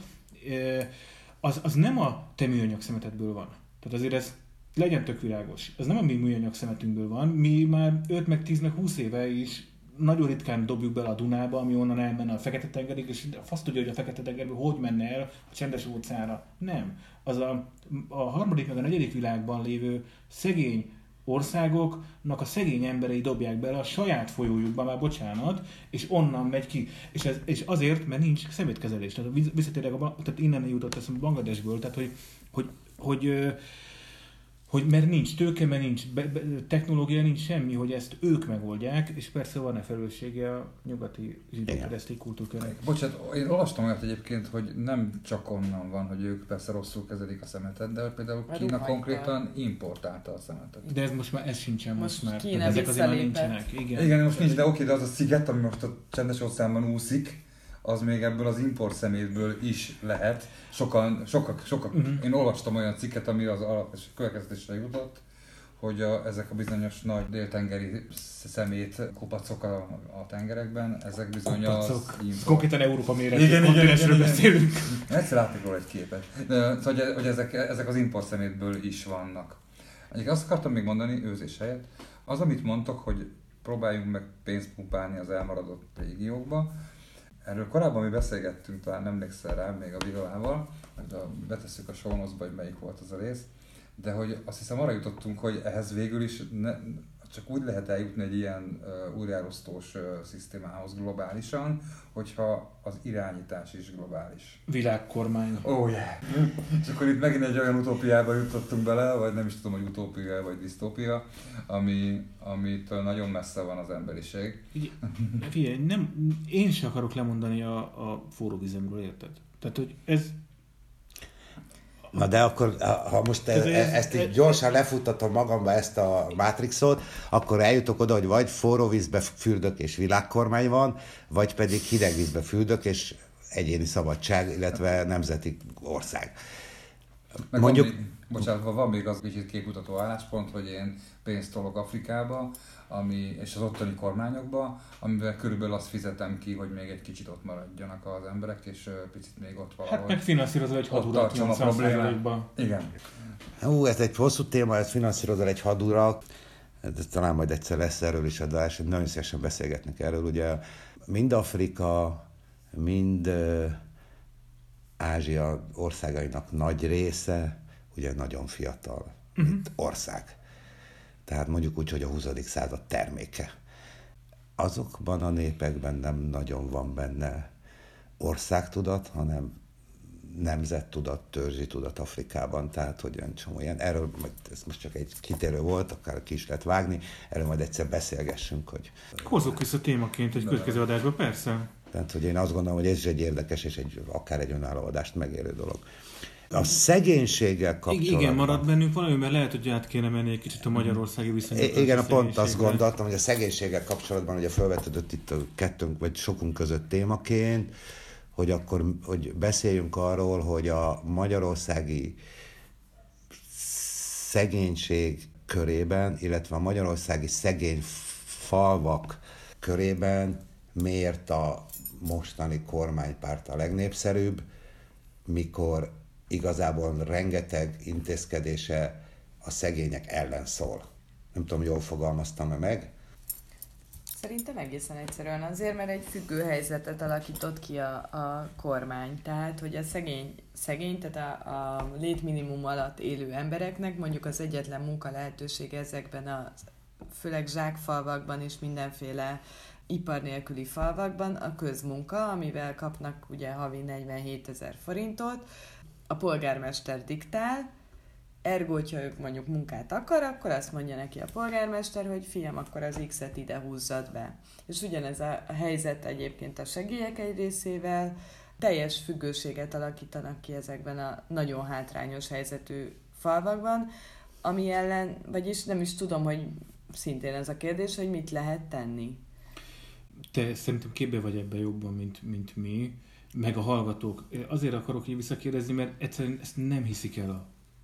az nem a te műanyag szemetedből van. Tehát azért ez legyen tök világos. Ez nem a mi műanyag szemetünkből van. Mi már 5, meg 10, meg 20 éve is nagyon ritkán dobjuk bele a Dunába, ami onnan elmenne a Fekete-tengerig, és azt tudja, hogy a Fekete-tengerből hogy menne el a Csendes-óceánra. Nem. Az a harmadik, meg a negyedik világban lévő szegény országoknak a szegény emberei dobják bele a saját folyójukba, már bocsánat, és onnan megy ki. És azért, mert nincs szemétkezelés. Tehát visszatérek, tehát innen jutott eszembe Bangladesből, tehát hogy mert nincs tőke, mert nincs technológia, nincs semmi, hogy ezt ők megoldják, és persze van-e felelőssége a nyugati zsidó-keresztény kultúrkörnek. Bocsánat, én olvastam olyat egyébként, hogy nem csak onnan van, hogy ők persze rosszul kezelik a szemetet, de például Kína konkrétan importálta a szemetet. De ez sincsen most már. Kína ezek azért már nincsenek. Igen, most nincs, de oké, de az a sziget, ami most a Csendes-óceánban úszik, az még ebből az import szemétből is lehet. Sokan én olvastam olyan cikket, ami az alapos következtetésre jutott, hogy ezek a bizonyos nagy déltengeri szemét kupacok a tengerekben, ezek bizony kupacok. Az import. Konkrétan Európa méretű kontinensről beszélünk. Egyszer láttuk róla egy képet. Szóval, hogy ezek az import szemétből is vannak. Egyébként azt akartam még mondani, őzés helyett, az, amit mondtok, hogy próbáljunk meg pénzt pumpálni az elmaradott régiókba. Erről korábban mi beszélgettünk, talán emlékszel rá még a Vilával, betesszük a show notes-ba, hogy melyik volt az a rész, de hogy azt hiszem arra jutottunk, hogy ehhez végül is csak úgy lehet eljutni egy ilyen újraelosztós szisztémához globálisan, hogyha az irányítás is globális. Világkormány. Oh yeah! És akkor itt megint egy olyan utópiába jutottunk bele, vagy nem is tudom, hogy utópia vagy disztópia, amitől nagyon messze van az emberiség. Figyelj, én sem akarok lemondani a forró vizemről, érted? Tehát, hogy ez... Na de akkor, ha most ezt így gyorsan lefuttatom magamba ezt a Matrixot, akkor eljutok oda, hogy vagy forró vízbe fürdök és világkormány van, vagy pedig hideg vízbe fürdök és egyéni szabadság, illetve nemzeti ország. Mondjuk... Van még az kicsit képmutató álláspont, hogy én pénzt tolok Afrikába, és az ottani kormányokba, amivel körülbelül azt fizetem ki, hogy még egy kicsit ott maradjanak az emberek, és picit még ott valahogy. Hát meg finanszírozol egy hadurat 80%-ban. Igen. Ez egy hosszú téma, ez finanszírozol egy hadurat. Talán majd egyszer lesz erről is adás, nagyon szívesen beszélgetnek erről. Ugye mind Afrika, mind Ázsia országainak nagy része, ugye nagyon fiatal ország. Tehát mondjuk úgy, hogy a 20. század terméke. Azokban a népekben nem nagyon van benne országtudat, hanem nemzettudat, törzsi tudat Afrikában. Tehát, hogy olyan csomó ilyen. Erről, ez most csak egy kitérő volt, akár ki is lehet vágni, erről majd egyszer beszélgessünk, hogy... Hozzuk vissza témaként egy következő adásba, persze. Tehát, hogy én azt gondolom, hogy ez is egy érdekes és akár egy önálló adást megérő dolog. A szegénységgel kapcsolatban... Igen, marad bennünk valami, mert lehet, hogy át kéne menni egy kicsit a magyarországi viszonyokra. Igen, pont azt gondoltam, hogy a szegénységgel kapcsolatban ugye felvetődött itt a kettőnk vagy sokunk között témaként, hogy beszéljünk arról, hogy a magyarországi szegénység körében, illetve a magyarországi szegény falvak körében miért a mostani kormánypárt a legnépszerűbb, mikor igazából rengeteg intézkedése a szegények ellen szól. Nem tudom, jól fogalmaztam-e meg? Szerintem egészen egyszerűen azért, mert egy függő helyzetet alakított ki a kormány. Tehát, hogy a szegény, tehát a létminimum alatt élő embereknek mondjuk az egyetlen munka lehetősége ezekben a főleg zsákfalvakban és mindenféle ipar nélküli falvakban a közmunka, amivel kapnak ugye havi 47 000 forintot, a polgármester diktál, ergo, hogyha ők mondjuk munkát akkor azt mondja neki a polgármester, hogy fiam, akkor az X-et ide húzzad be. És ugyanez a helyzet egyébként a segélyek egy részével, teljes függőséget alakítanak ki ezekben a nagyon hátrányos helyzetű falvakban, ami ellen, vagyis nem is tudom, hogy szintén ez a kérdés, hogy mit lehet tenni. Te szerintem képbe vagy ebben jobban, mint mi, meg a hallgatók. Azért akarok így visszakérdezni, mert egyszerűen ezt nem hiszik el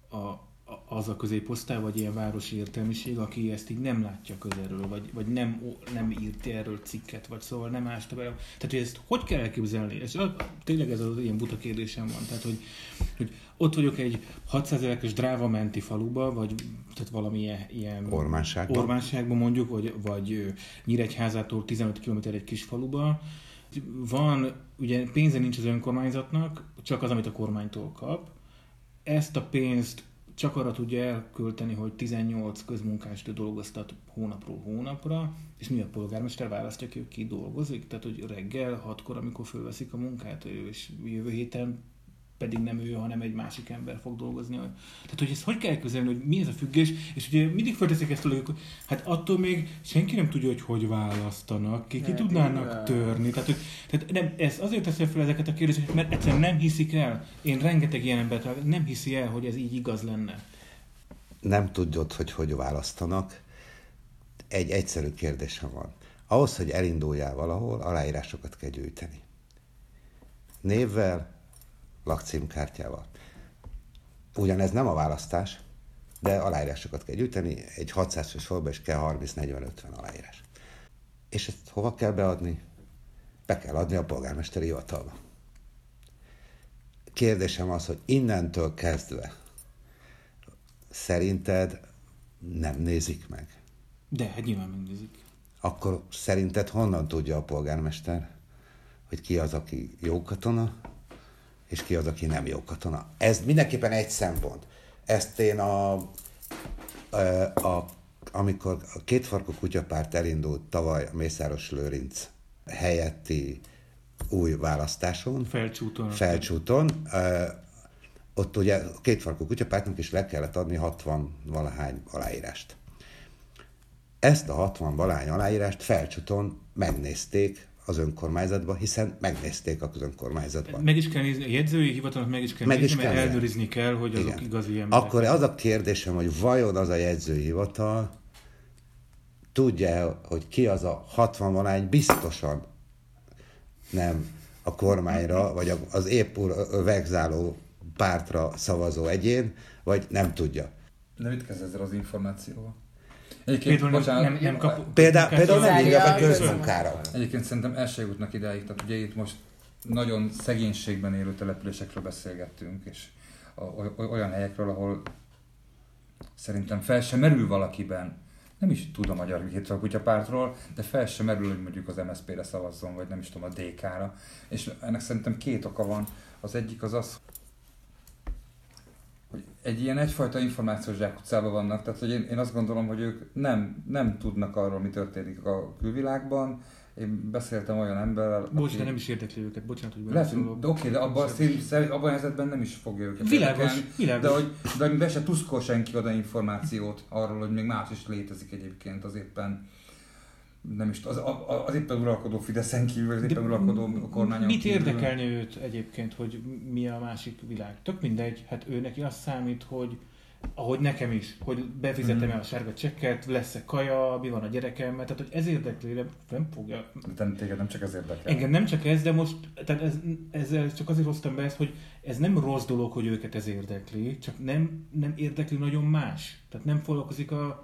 az a középosztály, vagy ilyen városi értelmiség, aki ezt így nem látja közelről, vagy nem írt erről cikket, vagy szóval nem ásta be. Tehát, hogy ezt hogy kell elképzelni? Tényleg ez az ilyen buta kérdésem van. Tehát, hogy ott vagyok egy 600 000-es Dráva-menti faluba, vagy tehát valami ilyen Ormánságban mondjuk, vagy Nyíregyházától 15 km egy kis faluba. Van, ugye pénze nincs az önkormányzatnak, csak az, amit a kormánytól kap. Ezt a pénzt csak arra tudja elkölteni, hogy 18 közmunkást dolgoztat hónapról hónapra, és mi a polgármester választja ki dolgozik, tehát hogy reggel 6-kor, amikor fölveszik a munkát, és jövő héten pedig nem ő, hanem egy másik ember fog dolgozni. Tehát, hogy ezt hogy kell elképzelni, hogy mi ez a függés, és ugye mindig felteszik ezt, hogy hát attól még senki nem tudja, hogy választanak, ki tudnának törni. Tehát nem, ez azért teszi fel ezeket a kérdéseket, mert egyszerűen nem hiszik el. Én rengeteg ilyen embert nem hiszi el, hogy ez így igaz lenne. Nem tudod, hogy választanak. Egy egyszerű kérdésem van. Ahhoz, hogy elinduljál valahol, aláírásokat kell gyűjteni. Névvel, lakcímkártyával. Ugyanez nem a választás, de aláírásokat kell gyűjteni, egy 600-as sorba is kell 30-40-50 aláírás. És ezt hova kell beadni? Be kell adni a polgármesteri hivatalba. Kérdésem az, hogy innentől kezdve szerinted nem nézik meg? De, hát nyilván megnézik. Akkor szerinted honnan tudja a polgármester, hogy ki az, aki jó katona, és ki az, aki nem jó katona? Ez mindenképpen egy szempont. Ezt én a amikor a kétfarkú kutyapárt elindult tavaly a Mészáros Lőrinc helyetti új választáson, Felcsúton, ott ugye a kétfarkú kutyapártnak is le kellett adni 60-valahány aláírást. Ezt a 60 valány aláírást Felcsúton megnézték az önkormányzatban, hiszen megnézték az önkormányzatban. Meg is kell nézni, a jegyzői hivatalnak meg is kell nézni, mert ellenőrizni kell, hogy azok igen. Igazi emberek. Akkor az a kérdésem, hogy vajon az a jegyzői hivatal tudja, hogy ki az a 60 valány biztosan nem a kormányra, vagy az épp vegzáló pártra szavazó egyén, vagy nem tudja. De mit kezd ezzel az információval? Például nem írja a közmunkára. Egyébként szerintem el se jutnak idáig, tehát ugye itt most nagyon szegénységben élő településekről beszélgettünk, és olyan helyekről, ahol szerintem fel sem merül valakiben, nem is tud a Magyar Kutyapártról, de fel sem merül, hogy mondjuk az MSZP-re szavazzon, vagy nem is tudom, a DK-ra. És ennek szerintem két oka van. Az egyik az, hogy egy ilyen egyfajta információs zsákutcában vannak, tehát hogy én azt gondolom, hogy ők nem tudnak arról, mi történik a külvilágban. Én beszéltem olyan emberrel, Bocs, de nem is érdekli őket, bocsánat, hogy beleszólok. De oké, de abban a helyzetben nem is fogja őket világos. De be se tuszkol senki oda információt arról, hogy még más is létezik egyébként az éppen nem is az éppen uralkodó Fideszen kívül, az éppen uralkodó kormányon mit kívül. érdekelni őt egyébként, hogy mi a másik világ? Tök mindegy, hát ő neki azt számít, hogy ahogy nekem is, hogy befizetem-e a sárga csekket, lesz-e kaja, mi van a gyerekemmel, tehát hogy ez érdekli, de nem fogja. De téged nem csak ez érdekel. Engem nem csak ez, de most, tehát ezzel csak azért hoztam be ezt, hogy ez nem rossz dolog, hogy őket ez érdekli, csak nem érdekli nagyon más. Tehát nem foglalkozik a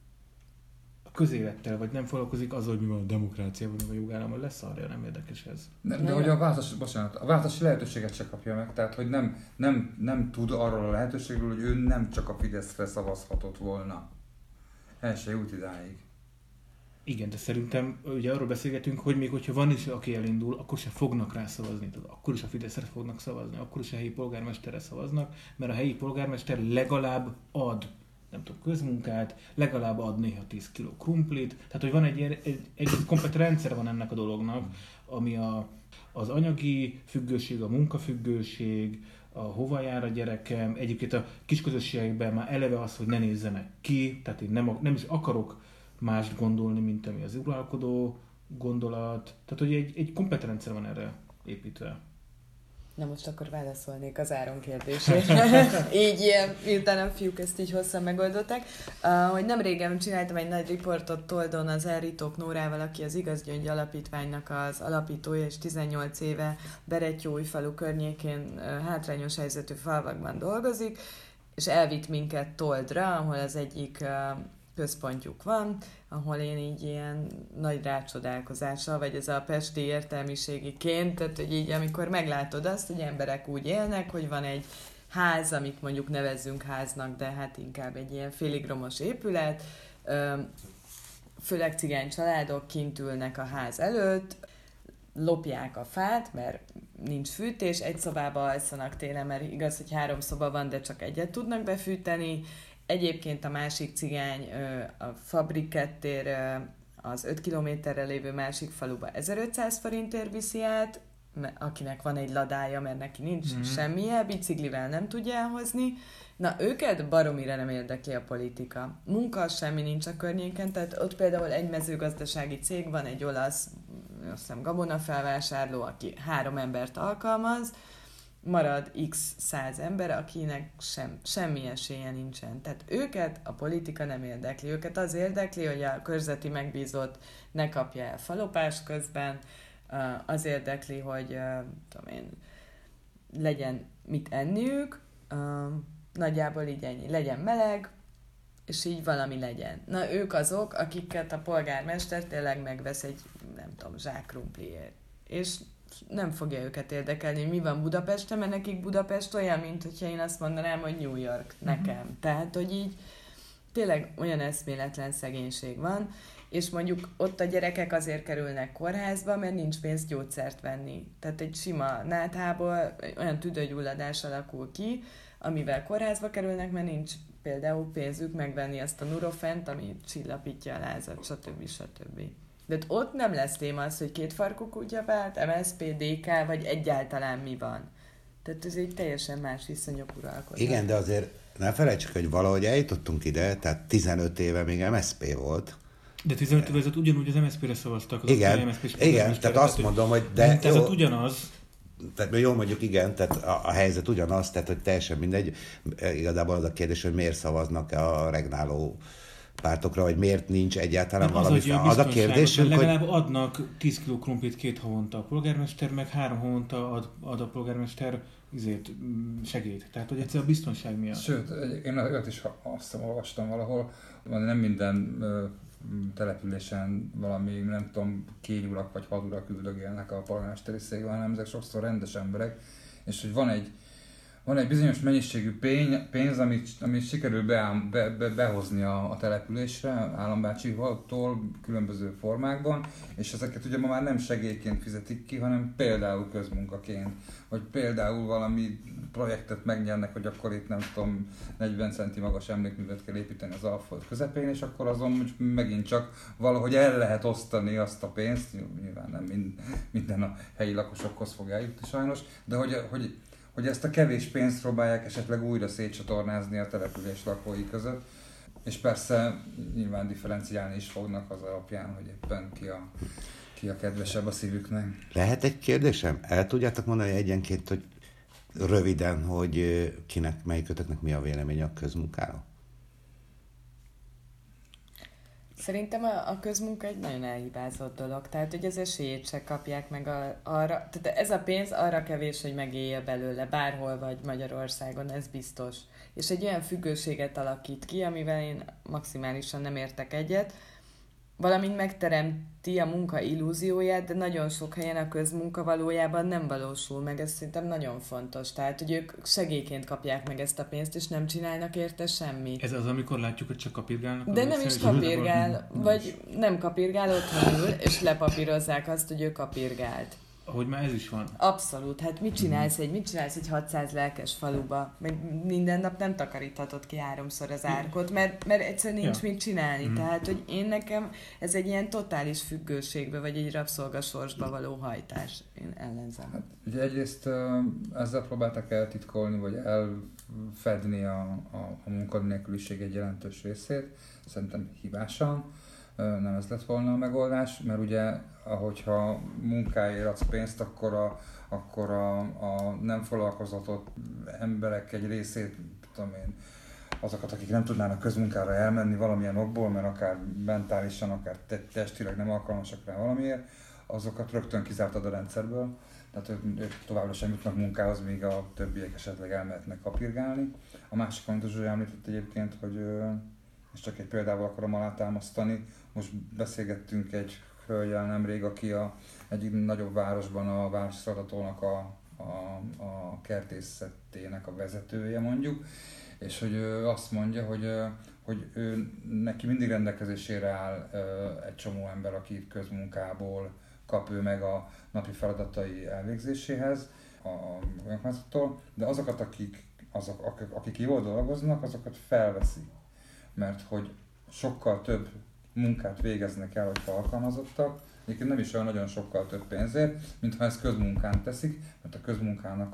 közélettel, vagy nem foglalkozik azzal, hogy mi van a demokráciában, vagy a jogállamban, lesz arra, nem érdekes ez. De hogy a választási lehetőséget se kapja meg, tehát hogy nem tud arról a lehetőségről, hogy ő nem csak a Fideszre szavazhatott volna. El se jut idáig. Igen, de szerintem ugye arról beszélgetünk, hogy még hogyha van is, aki elindul, akkor se fognak rá szavazni. Tehát akkor is a Fideszre fognak szavazni, akkor is a helyi polgármesterre szavaznak, mert a helyi polgármester legalább ad, nem tudom, közmunkát, legalább ad néha 10 kg krumplit. Tehát, hogy van egy komplet rendszer van ennek a dolognak, ami az anyagi függőség, a munkafüggőség, a hova jár a gyerekem, egyébként a kisközösségekben már eleve az, hogy ne nézzenek ki, tehát én nem is akarok mást gondolni, mint ami az uralkodó gondolat. Tehát, hogy egy komplet rendszer van erre építve. Na most akkor válaszolnék az Áron kérdésére. Így, miután a fiúk ezt így hosszan megoldották. Hogy nem régen csináltam egy nagy riportot Toldon az Elritók Nórával, aki az Igaz Gyöngy Alapítványnak az alapítója, és 18 éve Berettyóújfalu környékén hátrányos helyzetű falvakban dolgozik, és elvitt minket Toldra, ahol az egyik központjuk van, ahol én így ilyen nagy rácsodálkozással, vagy ez a pesti értelmiségiként, tehát hogy így amikor meglátod azt, hogy emberek úgy élnek, hogy van egy ház, amit mondjuk nevezzünk háznak, de hát inkább egy ilyen félig romos épület, főleg cigány családok kint ülnek a ház előtt, lopják a fát, mert nincs fűtés, egy szobába alszanak télen, mert igaz, hogy 3 szoba van, de csak egyet tudnak befűteni. Egyébként a másik cigány a Fabrikettér az 5 kilométerre lévő másik faluba 1500 forintért viszi át, akinek van egy ladája, mert neki nincs semmije, biciklivel nem tudja elhozni. Na, őket baromira nem érdekli a politika. Munka semmi nincs a környéken, tehát ott például egy mezőgazdasági cég van, egy olasz, azt hiszem, gabonafelvásárló, aki 3 embert alkalmaz, marad x 100 ember, akinek semmi esélye nincsen. Tehát őket a politika nem érdekli. Őket az érdekli, hogy a körzeti megbízott ne kapja el falopás közben, az érdekli, hogy tudom én, legyen mit enniük, nagyjából így ennyi. Legyen meleg, és így valami legyen. Na, ők azok, akiket a polgármester tényleg megvesz egy, nem tudom, zsák krumpliért. És nem fogja őket érdekelni, hogy mi van Budapesten, mert nekik Budapest olyan, mint hogyha én azt mondanám, hogy New York nekem. Tehát, hogy így tényleg olyan eszméletlen szegénység van, és mondjuk ott a gyerekek azért kerülnek kórházba, mert nincs pénz gyógyszert venni. Tehát egy sima náthából olyan tüdőgyulladás alakul ki, amivel kórházba kerülnek, mert nincs például pénzük megvenni azt a Nurofent, ami csillapítja a lázat, stb. De ott nem lesz téma az, hogy kétfarkú kutyapárt, MSZP, DK, vagy egyáltalán mi van. Tehát ez egy teljesen más viszonyok uralkodnak. Igen, de azért ne felejtsük, hogy valahogy eljutottunk ide, tehát 15 éve még MSZP volt. De 15 évvel ezelőtt ugyanúgy az MSZP-re szavaztak. Az Igen, tehát azt mondom, hogy... De ez ugyanaz. Tehát jó, mondjuk igen, tehát a helyzet ugyanaz, tehát hogy teljesen mindegy. Igazából az a kérdés, hogy miért szavaznak a regnáló pártokra, vagy miért nincs egyáltalán valami... Az a kérdésünk, legalább adnak 10 kg krumplit 2 havonta a polgármester, meg 3 havonta ad a polgármester segít. Tehát, hogy egyszer a biztonság miatt. Sőt, én olyat is azt olvastam valahol, nem minden településen valami, nem tudom, 2 urak vagy 6 urak üldögélnek a polgármesteri székben, hanem ezek sokszor rendes emberek, és hogy van egy bizonyos mennyiségű pénz, amit sikerül behozni a településre, állambácsival, különböző formákban, és ezeket ugye ma már nem segélyként fizetik ki, hanem például közmunkaként, vagy például valami projektet megnyernek, hogy akkor itt nem tudom, 40 centi magas emlékművet kell építeni az Alföld közepén, és akkor azon megint csak valahogy el lehet osztani azt a pénzt, nyilván nem minden a helyi lakosokhoz fog eljutni sajnos, de hogy ezt a kevés pénzt próbálják esetleg újra szétcsatornázni a település lakói között, és persze nyilván differenciálni is fognak az alapján, hogy éppen ki a kedvesebb a szívüknek. Lehet egy kérdésem? El tudjátok mondani egyenként, hogy röviden, hogy melyikötöknek mi a véleménye a közmunkáról? Szerintem a közmunka egy nagyon elhibázott dolog, tehát hogy az esélyét se kapják meg arra, tehát ez a pénz arra kevés, hogy megélje belőle, bárhol vagy Magyarországon, ez biztos. És egy olyan függőséget alakít ki, amivel én maximálisan nem értek egyet, valamint megteremti a munka illúzióját, de nagyon sok helyen a közmunka valójában nem valósul meg, ez szerintem nagyon fontos. Tehát, hogy ők segélyként kapják meg ezt a pénzt, és nem csinálnak érte semmit. Ez az, amikor látjuk, hogy csak kapirgálnak? De nem is kapirgál, vagy nem kapirgál, otthon ül, és lepapírozzák azt, hogy ő kapirgált. Ahogy már ez is van. Abszolút. Hát mit csinálsz egy 600 lelkes faluba? Meg minden nap nem takaríthatod ki 3-szor az árkot, mert egyszerűen nincs mit csinálni. Tehát, hogy én nekem ez egy ilyen totális függőségbe, vagy egy rabszolgasorsba való hajtás. Én ellenzem. Hát, ugye egyrészt ezzel próbáltak eltitkolni, vagy elfedni a munkanélküliség egy jelentős részét. Szerintem hibásan. Nem ez lett volna a megoldás, mert ugye, ahogyha munkáért adsz pénzt, akkor a nem foglalkozatott emberek egy részét, tudom én, azokat, akik nem tudnának közmunkára elmenni valamilyen okból, mert akár mentálisan, akár testileg nem alkalmasak rá valamiért, azokat rögtön kizártad a rendszerből. Tehát ők továbbra sem jutnak munkához, míg a többiek esetleg elmehetnek kapirgálni. A másik, amit a Zsuzsa említett egyébként, hogy és csak egy példával akarom alátámasztani. Most beszélgettünk egy hölgyel nemrég, aki egyik nagyobb városban a városszolgatónak a kertészetének a vezetője mondjuk, és hogy ő azt mondja, hogy neki mindig rendelkezésére áll egy csomó ember, aki közmunkából kap ő meg a napi feladatai elvégzéséhez a önkormányzattól, de azokat, akik jól dolgoznak, azokat felveszi. Mert hogy sokkal több munkát végeznek el, hogyha alkalmazottak, egyébként nem is olyan nagyon sokkal több pénzért, mintha ezt közmunkán teszik, mert a közmunkának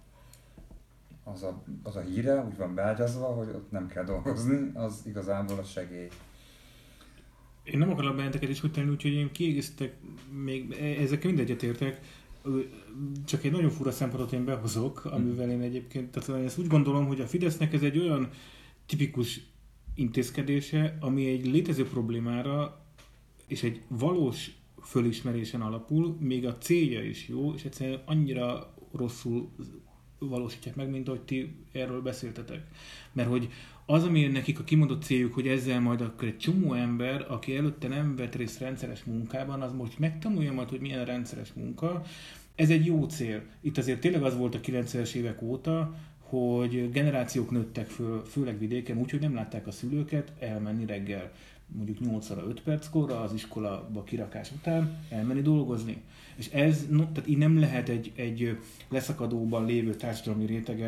az a híre, úgy van beágyazva, hogy ott nem kell dolgozni, az igazából a segély. Én nem akarok benneteket is úgy tenni, úgyhogy én kiegészítek, még ezekkel mindegyet értek, csak egy nagyon fura szempontot én behozok, amivel én egyébként, tehát ezt úgy gondolom, hogy a Fidesznek ez egy olyan tipikus intézkedése, ami egy létező problémára és egy valós fölismerésen alapul, még a célja is jó, és egyszerűen annyira rosszul valósítják meg, mint ahogy ti erről beszéltetek. Mert hogy az, ami nekik a kimondott céljuk, hogy ezzel majd akkor egy csomó ember, aki előtte nem vett részt rendszeres munkában, az most megtanulja majd, hogy milyen rendszeres munka. Ez egy jó cél. Itt azért tényleg az volt a 90-es évek óta, hogy generációk nőttek föl, főleg vidéken, úgyhogy nem látták a szülőket elmenni reggel, mondjuk 8-5 perckor az iskolába kirakás után elmenni dolgozni. És ez, tehát így nem lehet egy leszakadóban lévő társadalmi réteget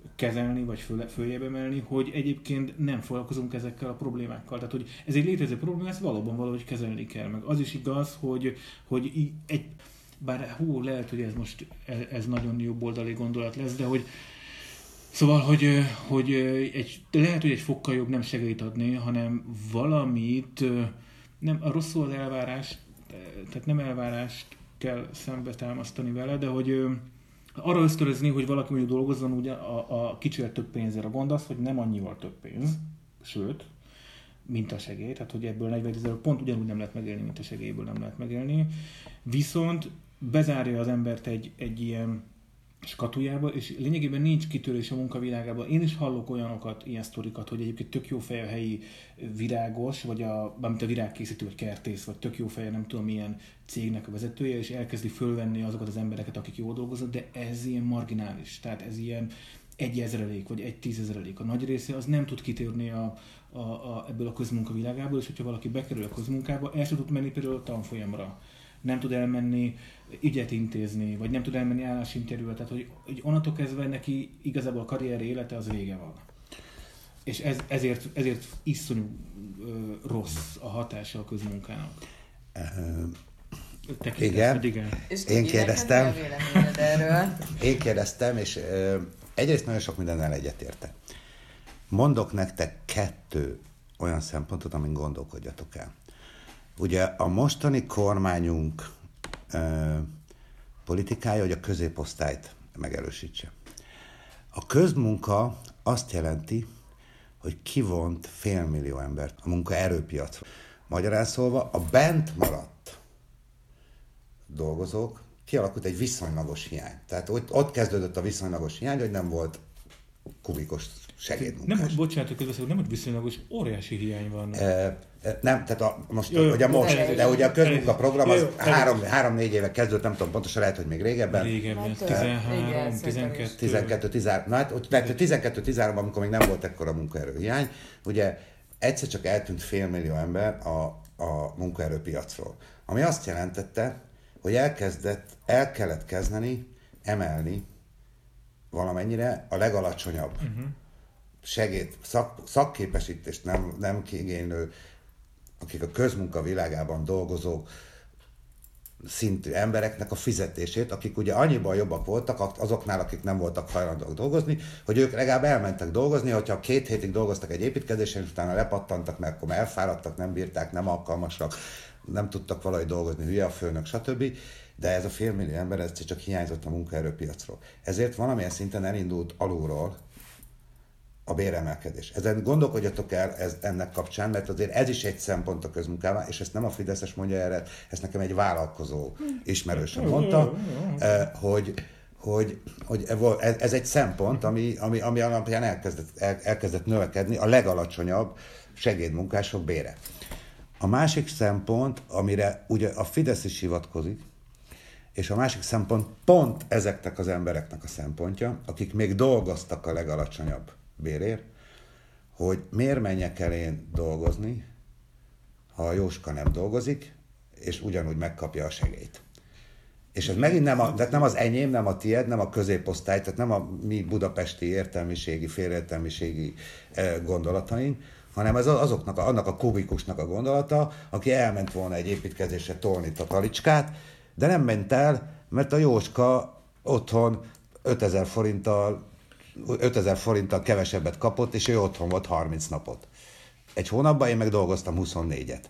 kezelni, vagy följebb emelni, hogy egyébként nem foglalkozunk ezekkel a problémákkal. Tehát, hogy ez egy létező probléma, ezt valóban valahogy kezelni kell. Meg az is igaz, hogy bár lehet, hogy ez most ez nagyon jobboldali gondolat lesz, de hogy szóval, hogy lehet, hogy egy fokkal jobb nem segít adni, hanem valamit, nem, a rossz szó az elvárás, tehát nem elvárást kell szembe támasztani vele, de hogy arra ösztönözni, hogy valaki mondjuk dolgozzon ugye a kicsivel több pénzért. A gond az, hogy nem annyival több pénz, sőt, mint a segély, tehát hogy ebből 40 000 pont ugyanúgy nem lehet megélni, mint a segélyből nem lehet megélni. Viszont bezárja az embert egy ilyen skatujába, és lényegében nincs kitörés a munkavilágában. Én is hallok olyanokat, ilyen sztorikat, hogy egyébként tök jó fej a helyi virágos, vagy bármint a virágkészítő, vagy kertész, vagy tök jó fej, nem tudom milyen cégnek a vezetője, és elkezdi fölvenni azokat az embereket, akik jól dolgoznak, de ez ilyen marginális. Tehát ez ilyen 1/1000 vagy 1/10,000. A nagy része az nem tud kitérni ebből a közmunkavilágából, és hogyha valaki bekerül a közmunkába, el sem tud menni például a tanfolyamra. Nem tud elmenni ügyet intézni, vagy nem tud elmenni állásinterjúra, tehát hogy onnantól kezdve neki igazából a karrier élete az vége van. És ezért iszonyú rossz a hatása a közmunkának. Igen. És Én kérdeztem. Erről? Én kérdeztem, és egyrészt nagyon sok mindennel egyetértek. Mondok nektek 2 olyan szempontot, amin gondolkodjatok el. Ugye a mostani kormányunk politikája, hogy a középosztályt megerősítse. A közmunka azt jelenti, hogy kivont 500 000 embert a munkaerőpiacra. Magyarán szólva, a bent maradt dolgozók kialakult egy viszonylagos hiány. Tehát ott kezdődött a viszonylagos hiány, hogy nem volt kubikus segédmunkás. Nem, hogy viszonylagos, óriási hiány van. Nem, tehát de ugye a közmunkaprogram az 3-4 éve kezdődött, nem tudom pontosan, lehet, hogy még régebben. Régebben, 13, 12. 12-13-ban, amikor még nem volt ekkora munkaerőhiány, ugye egyszer csak eltűnt 500 000 ember a munkaerőpiacról. Ami azt jelentette, hogy el kellett kezdeni emelni valamennyire a legalacsonyabb szakképesítést nem kiigénylő, akik a közmunka világában dolgozó szintű embereknek a fizetését, akik ugye annyiban jobbak voltak azoknál, akik nem voltak hajlandók dolgozni, hogy ők legalább elmentek dolgozni, hogyha 2 hétig dolgoztak egy építkezésen, és utána lepattantak, mert akkor elfáradtak, nem bírták, nem alkalmasak, nem tudtak valahogy dolgozni, hülye a főnök, stb. De ez a 500 000 ember, ez csak hiányzott a munkaerőpiacról. Ezért valamilyen szinten elindult alulról a béremelkedés. Ezen gondolkodjatok el ennek kapcsán, mert azért ez is egy szempont a közmunkában, és ezt nem a Fideszes mondja erre, ezt nekem egy vállalkozó ismerősöm mondta, hogy ez egy szempont, ami alapján elkezdett növekedni a legalacsonyabb segédmunkások bére. A másik szempont, amire ugye a Fidesz is hivatkozik, és a másik szempont pont ezeknek az embereknek a szempontja, akik még dolgoztak a legalacsonyabb bérért, hogy miért menjek el én dolgozni, ha a Jóska nem dolgozik, és ugyanúgy megkapja a segélyt. És ez megint nem az enyém, nem a tied, nem a középosztály, tehát nem a mi budapesti értelmiségi, félértelmiségi gondolataink, hanem ez annak a kubikusnak a gondolata, aki elment volna egy építkezésre tolni a talicskát, de nem ment el, mert a Jóska otthon 5000 forinttal kevesebbet kapott, és ő otthon volt 30 napot. Egy hónapban én meg dolgoztam 24-et.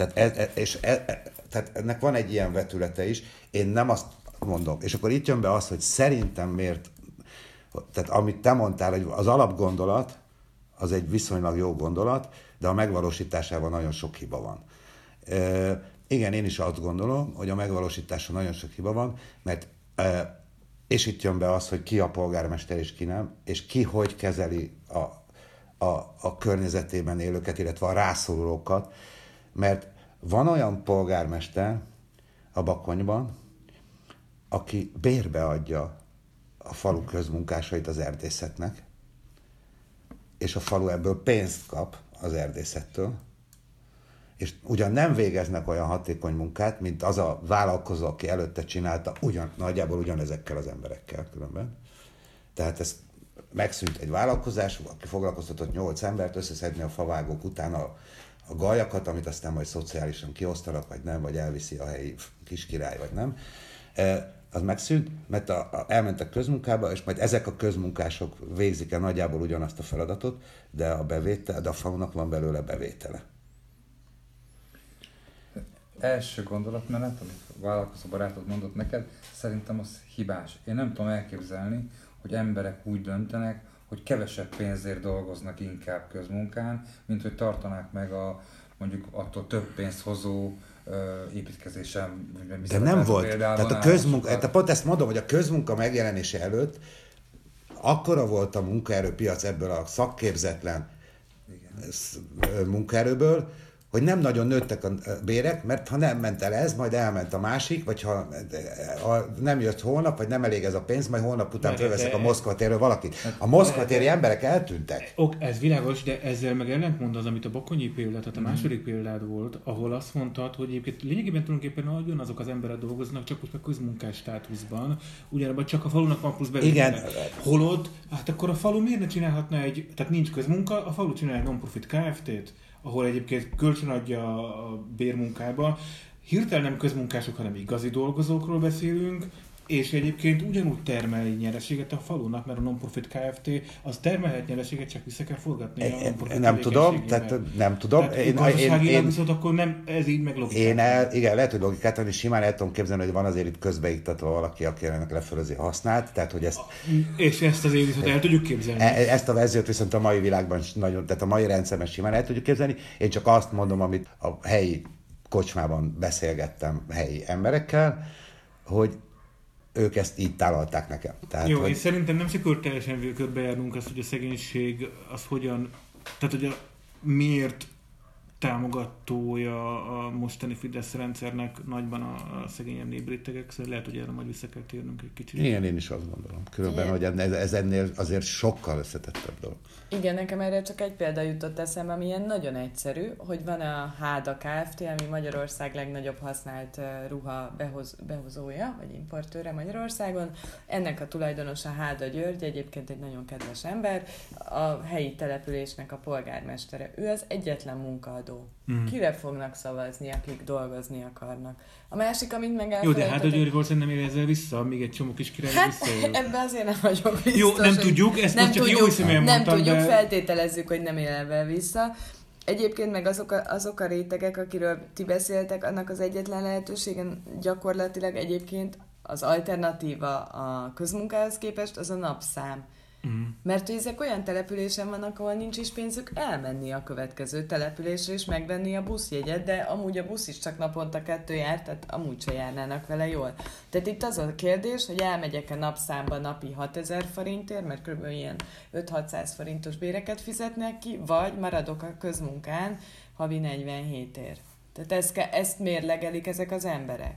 Tehát ennek van egy ilyen vetülete is. Én nem azt mondom. És akkor itt jön be az, hogy szerintem miért, tehát amit te mondtál, hogy az alapgondolat, az egy viszonylag jó gondolat, de a megvalósításában nagyon sok hiba van. Igen, én is azt gondolom, hogy a megvalósításon nagyon sok hiba van, mert és itt jön be az, hogy ki a polgármester és ki nem, és ki hogy kezeli a környezetében élőket, illetve a rászorulókat, mert van olyan polgármester a Bakonyban, aki bérbe adja a falu közmunkásait az erdészetnek, és a falu ebből pénzt kap az erdészettől, és ugyan nem végeznek olyan hatékony munkát, mint az a vállalkozó, aki előtte csinálta, nagyjából ugyanezekkel az emberekkel különben. Tehát megszűnt egy vállalkozás, aki foglalkoztatott 8 embert, összeszedni a favágók után a gajakat, amit aztán majd szociálisan kiosztanak, vagy nem, vagy elviszi a helyi kiskirály, vagy nem. Az megszűnt, mert elmentek közmunkába, és majd ezek a közmunkások végzik el nagyjából ugyanazt a feladatot, de a falunak van belőle bevétele. Első gondolatmenet, amit a vállalkozó barátod mondott neked, szerintem az hibás. Én nem tudom elképzelni, hogy emberek úgy döntenek, hogy kevesebb pénzért dolgoznak inkább közmunkán, mint hogy tartanák meg mondjuk attól több pénzt hozó építkezésen. De nem volt. Tehát a közmunka, pont ezt mondom, hogy a közmunka megjelenése előtt akkora volt a munkaerőpiac ebből a szakképzetlen munkaerőből, hogy nem nagyon nőttek a bérek, mert ha nem ment el ez, majd elment a másik, vagy ha nem jött holnap, vagy nem elég ez a pénz, majd holnap után fölveszek a Moszkva térről valakit. A Moszkva téri emberek eltűntek. Ez világos, de ezzel meg ellentmond az, amit a Bakonyi példát, tehát a második példád volt, ahol azt mondtad, hogy egyébként lényegében tulajdonképpen azok az emberek dolgoznak, csak most a közmunkás státuszban, ugyanabban csak a falunak van plusz bevétele. Igen. Holod, hát akkor a falu miért ne csinálhatna tehát nincs közmunka, a falu csinál egy non-profit Kft-t, ahol egyébként kölcsönadja a bérmunkába. Hirtelen nem közmunkások, hanem igazi dolgozókról beszélünk, és egyébként ugyanúgy termel nyereséget a falunak, mert a non-profit Kft. Az termelhet nyereséget, csak vissza kell forgatni a non-profit nem tudom, nem tudom. Gazdaságilag viszont akkor nem, ez így meg logikát. Igen, lehet, hogy logikát, és simán el tudom képzelni, hogy van azért itt közbeiktatva valaki, aki ennek lefölözi hasznát, tehát hogy ezt... És ezt azért viszont el tudjuk képzelni. Ezt a verziót viszont a mai világban tehát a mai rendszerben simán el tudjuk képzelni. Én csak azt mondom, amit a helyi kocsmában beszélgettem helyi emberekkel, hogy ők ezt így tálalták nekem. Tehát, jó, én szerintem nem sikerült teljesen körbejárnunk azt, hogy a szegénység az hogyan, tehát hogy miért támogatója a mostani Fidesz rendszernek nagyban a szegényebb néprétegek, szóval lehet, hogy erre majd vissza kell térnünk egy kicsit. Igen, én is azt gondolom. Különben, hogy ez ennél azért sokkal összetettebb dolog. Igen, nekem erre csak egy példa jutott eszembe, ami ilyen nagyon egyszerű, hogy van a Háda Kft., ami Magyarország legnagyobb használt ruha behozója, vagy importőre Magyarországon. Ennek a tulajdonosa Háda György, egyébként egy nagyon kedves ember, a helyi településnek a polgármestere. Ő az egyetlen munkaadó. Kire fognak szavazni, akik dolgozni akarnak? A másik, amit meg Jó, de Háda György volt, nem ér ezzel vissza, még egy csomó kis király visszajön. Ebben azért nem vagyok biztos. Jó, nem tudjuk, ezt most csak jó hiszeműen mondtam, nem tudjuk, feltételezzük, hogy nem él ebben vissza. Egyébként meg azok a rétegek, akiről ti beszéltek, annak az egyetlen lehetőségen gyakorlatilag egyébként az alternatíva a közmunkához képest az a napszám. Mert ezek olyan településen vannak, ahol nincs is pénzük elmenni a következő településre és megvenni a buszjegyet, de amúgy a busz is csak naponta 2 jár, tehát amúgy se járnának vele jól. Tehát itt az a kérdés, hogy elmegyek-e napszámba napi 6000 forintért, mert kb. Ilyen 5-600 forintos béreket fizetnek ki, vagy maradok a közmunkán havi 47-ért. Tehát ezt mérlegelik ezek az emberek.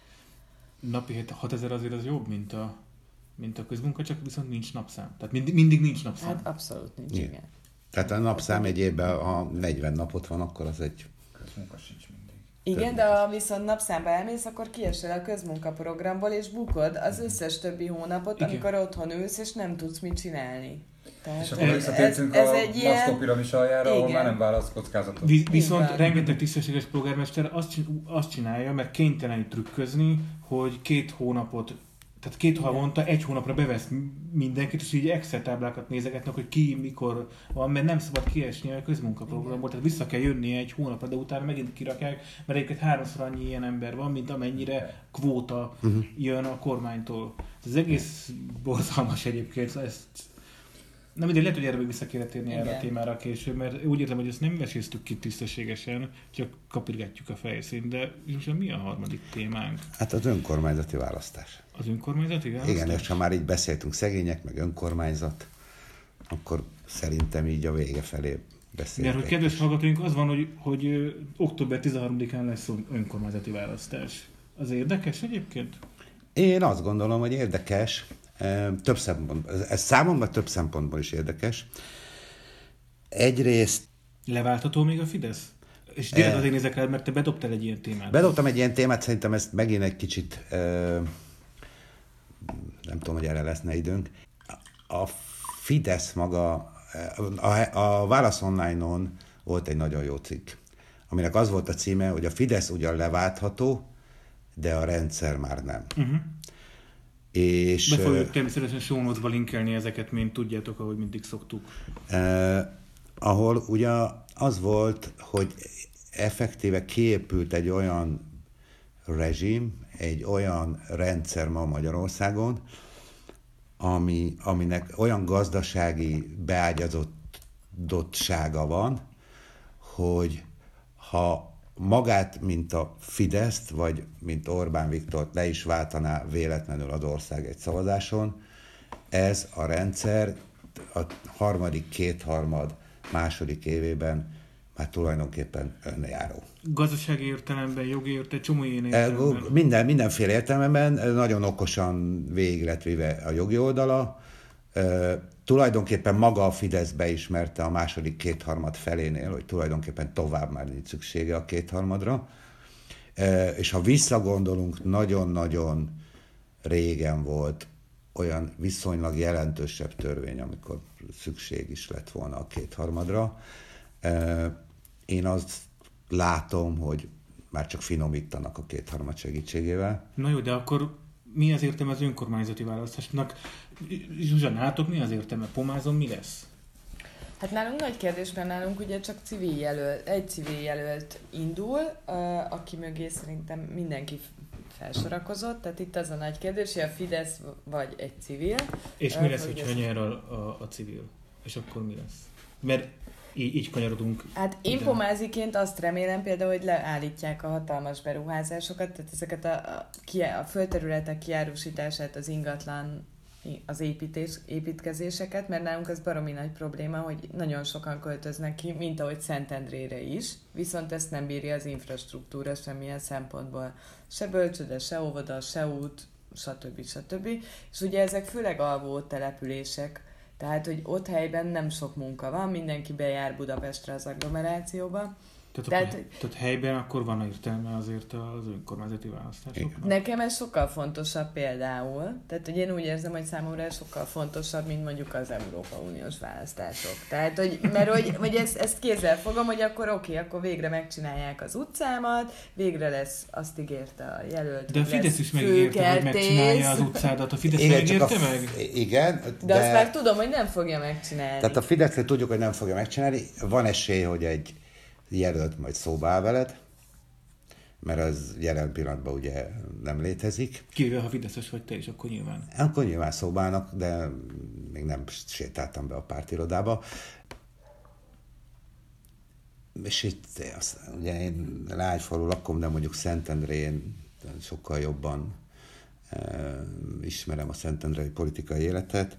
Napi 6000 azért az jobb, mint a közmunka, csak viszont nincs napszám. Tehát mindig nincs napszám. Hát abszolút nincs, igen. Tehát a napszám egy évben, ha 40 napot van, akkor az egy... Közmunka sincs mindig. Igen, de ha viszont napszámba elmész, akkor kiesel a közmunkaprogramból, és bukod az összes többi hónapot, igen, amikor otthon ülsz, és nem tudsz mit csinálni. Tehát és akkor visszatértünk a Maszkó piramis aljára, ahol már nem válasz kockázatot. Viszont rengeteg tisztességes polgármester azt csinálja, mert kénytelen trükközni, hogy 2 hónapot, tehát 2 havonta 1 hónapra bevesz mindenkit, és így Excel táblákat nézegetnek, hogy ki mikor van, mert nem szabad kiesni a közmunkaprogramból, tehát vissza kell jönnie 1 hónapra, de utána megint kirakják, mert egyébként 3-szor annyi ilyen ember van, mint amennyire kvóta jön a kormánytól. Ez egész borzalmas egyébként, ezt nem mindegy, lehet, hogy erre vissza kéne térni erre a témára később, mert úgy érzem, hogy ezt nem veséztük ki tisztességesen, csak kapirgatjuk a fejszínt, de most mi a harmadik témánk? Hát az önkormányzati választás. Az önkormányzati választás? Igen, és ha már így beszéltünk szegények, meg önkormányzat, akkor szerintem így a vége felé beszélünk. Mert hogy kedves hallgatóink, az van, hogy október 13-án lesz önkormányzati választás. Az érdekes egyébként? Én azt gondolom, hogy érdekes. Több szempontból. Ez számomra több szempontból is érdekes. Egyrészt... Leváltható még a Fidesz? És tényleg azért nézek rá, mert te bedobtál egy ilyen témát. Bedobtam egy ilyen témát, szerintem ezt megint egy kicsit nem tudom, hogy erre leszne időnk. A Fidesz maga, a Válasz Online-on volt egy nagyon jó cikk, aminek az volt a címe, hogy a Fidesz ugyan leváltható, de a rendszer már nem. És be fogjuk természetesen show notes-ba linkelni ezeket, mint tudjátok, ahogy mindig szoktuk. Ahol ugye az volt, hogy effektíve kiépült egy olyan rezsim, egy olyan rendszer ma Magyarországon, aminek olyan gazdasági beágyazottsága van, hogy ha magát, mint a Fideszt, vagy mint Orbán Viktort le is váltaná véletlenül az ország egy szavazáson, ez a rendszer a harmadik kétharmad második évében már tulajdonképpen önjáró. Gazdasági értelemben, jogi értelemben, csomó ilyen értelemben. Mindenféle értelemben nagyon okosan végig lett véve a jogi oldala. Tulajdonképpen maga a Fidesz beismerte a második kétharmad felénél, hogy tulajdonképpen tovább már nincs szüksége a kétharmadra. És ha visszagondolunk, nagyon-nagyon régen volt olyan viszonylag jelentősebb törvény, amikor szükség is lett volna a kétharmadra. Én azt látom, hogy már csak finomítanak a kétharmad segítségével. Na jó, de akkor mi az értelme az önkormányzati választásnak? Zsuzsa, nálatok mi az értelme? Pomázon mi lesz? Hát nálunk nagy kérdés, mert nálunk ugye csak egy civil jelölt indul, aki mögé szerintem mindenki felsorakozott, tehát itt az a nagy kérdés, hogy a Fidesz vagy egy civil. És mi lesz, hogyha nyer a civil? És akkor mi lesz? Mert így kanyarodunk. Hát én pomáziként azt remélem például, hogy leállítják a hatalmas beruházásokat, tehát ezeket a földterületek kiárusítását, az ingatlan, az építkezéseket, mert nálunk az baromi nagy probléma, hogy nagyon sokan költöznek ki, mint ahogy Szentendrére is, viszont ezt nem bírja az infrastruktúra semmilyen szempontból. Se bölcsőde, se óvoda, se út, stb. És ugye ezek főleg alvó települések, tehát, hogy ott helyben nem sok munka van, mindenki bejár Budapestre az agglomerációba. Tehát helyben akkor van értelme azért az önkormányzati választásoknak? Nekem ez sokkal fontosabb például. Tehát, hogy én úgy érzem, hogy számomra ez sokkal fontosabb, mint mondjuk az Európa Uniós választások. Tehát, hogy ezt kézzel fogom, hogy akkor akkor végre megcsinálják az utcámat, végre lesz, azt ígérte a jelölt. De a Fidesz is megígérte, hogy megcsinálja az utcádat. A Fidesz megígérte meg? Igen. De azt már tudom, hogy nem fogja megcsinálni. Tehát a Fideszre tudjuk, hogy nem fogja megcsinálni. Van esély, hogy egy jelölt majd szóba áll veled, mert az jelen pillanatban ugye nem létezik. Kivéve, ha fideszes vagy te is, akkor nyilván. Akkor nyilván szóba állnak, de még nem sétáltam be a pártirodába. És itt ugye én Lágyfalu lakom, de mondjuk Szentendrén sokkal jobban ismerem a szentendrei politikai életet.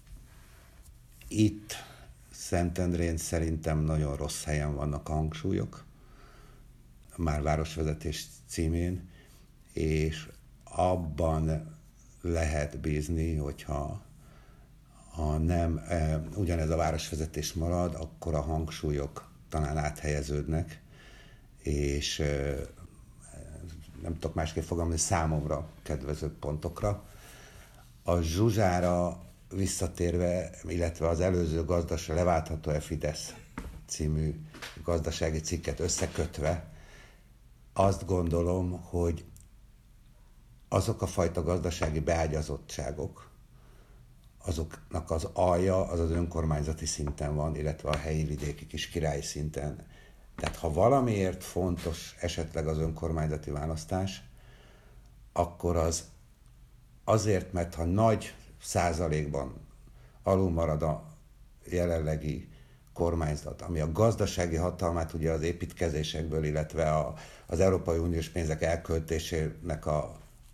Itt Szentendrén szerintem nagyon rossz helyen vannak a hangsúlyok, már városvezetés címén, és abban lehet bízni, hogyha nem ugyanez a városvezetés marad, akkor a hangsúlyok talán áthelyeződnek, és nem tudok másképp fogalmazni, számomra kedvező pontokra. A Zsuzsára visszatérve, illetve az előző leváltható-e Fidesz című gazdasági cikket összekötve, azt gondolom, hogy azok a fajta gazdasági beágyazottságok, azoknak az alja az az önkormányzati szinten van, illetve a helyi vidéki kis királyi szinten. Tehát ha valamiért fontos esetleg az önkormányzati választás, akkor az azért, mert ha nagy százalékban alul marad a jelenlegi kormányzat, ami a gazdasági hatalmát ugye az építkezésekből, illetve az Európai Uniós pénzek elköltésének a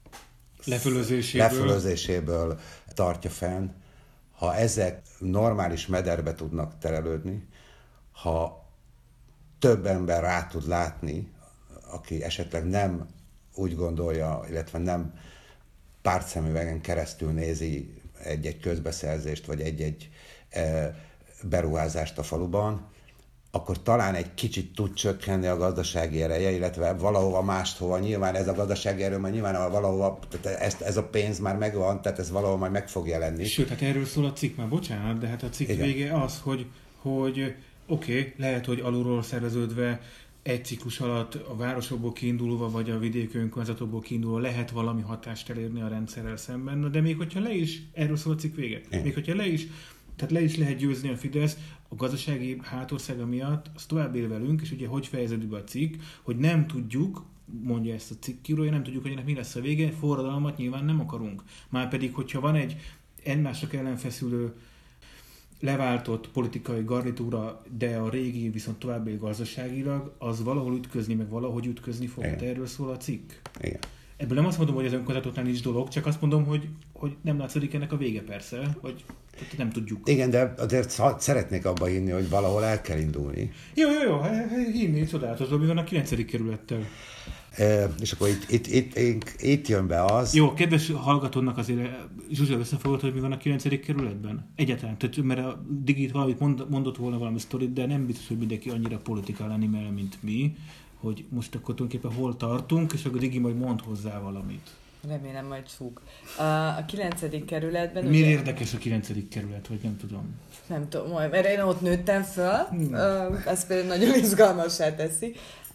lefölözéséből tartja fenn, ha ezek normális mederbe tudnak terelődni, ha több ember rá tud látni, aki esetleg nem úgy gondolja, illetve nem pártszemüvegen keresztül nézi egy-egy közbeszerzést, vagy egy-egy beruházást a faluban, akkor talán egy kicsit tud csökkenni a gazdasági ereje, illetve valahova máshova, nyilván ez a gazdasági erő, mert nyilván valahova, tehát ez a pénz már megvan, tehát ez valahol majd meg fog jelenni. Sőt, hát erről szól a cikk már, bocsánat, de hát a cikk vége az, hogy oké, lehet, hogy alulról szerveződve egy ciklus alatt a városokból kiindulva, vagy a vidéki önkormányzatokból kiindulva lehet valami hatást elérni a rendszerrel szemben, de még hogyha le is, erről szól a cikk vége, még hogyha le is lehet győzni a Fidesz, a gazdasági hátországa miatt, az tovább él velünk, és ugye hogy fejeződik be a cikk, hogy nem tudjuk, mondja ezt a cikkírója, nem tudjuk, hogy ennek mi lesz a vége, forradalmat nyilván nem akarunk. Márpedig, hogyha van egy egymások ellen feszülő leváltott politikai garnitúra, de a régi viszont tovább él gazdaságilag, az valahol ütközni, meg valahogy ütközni fog. Erről szól a cikk. Igen. Ebből nem azt mondom, hogy az önkormányzatoknál nincs dolog, csak azt mondom, hogy nem látszik ennek a vége persze, hogy nem tudjuk. Igen, de azért szeretnék abba hinni, hogy valahol el kell indulni. Jó, hinni, csodálatos, mi van a 9. kerülettel. És akkor itt jön be az... Jó, kedves hallgatónak azért Zsuzsa összefogott, hogy mi van a 9. kerületben. Egyáltalán, mert a Digit valamit mondott volna valami sztorit, de nem biztos, hogy mindenki annyira politikál animál, mint mi, hogy most akkor tulajdonképpen hol tartunk, és akkor Digi majd mond hozzá valamit. Remélem majd súg. A 9. kerületben... Miért érdekes a 9. kerület, vagy nem tudom? Nem tudom, mert én ott nőttem föl, ez például nagyon izgalmassá teszi.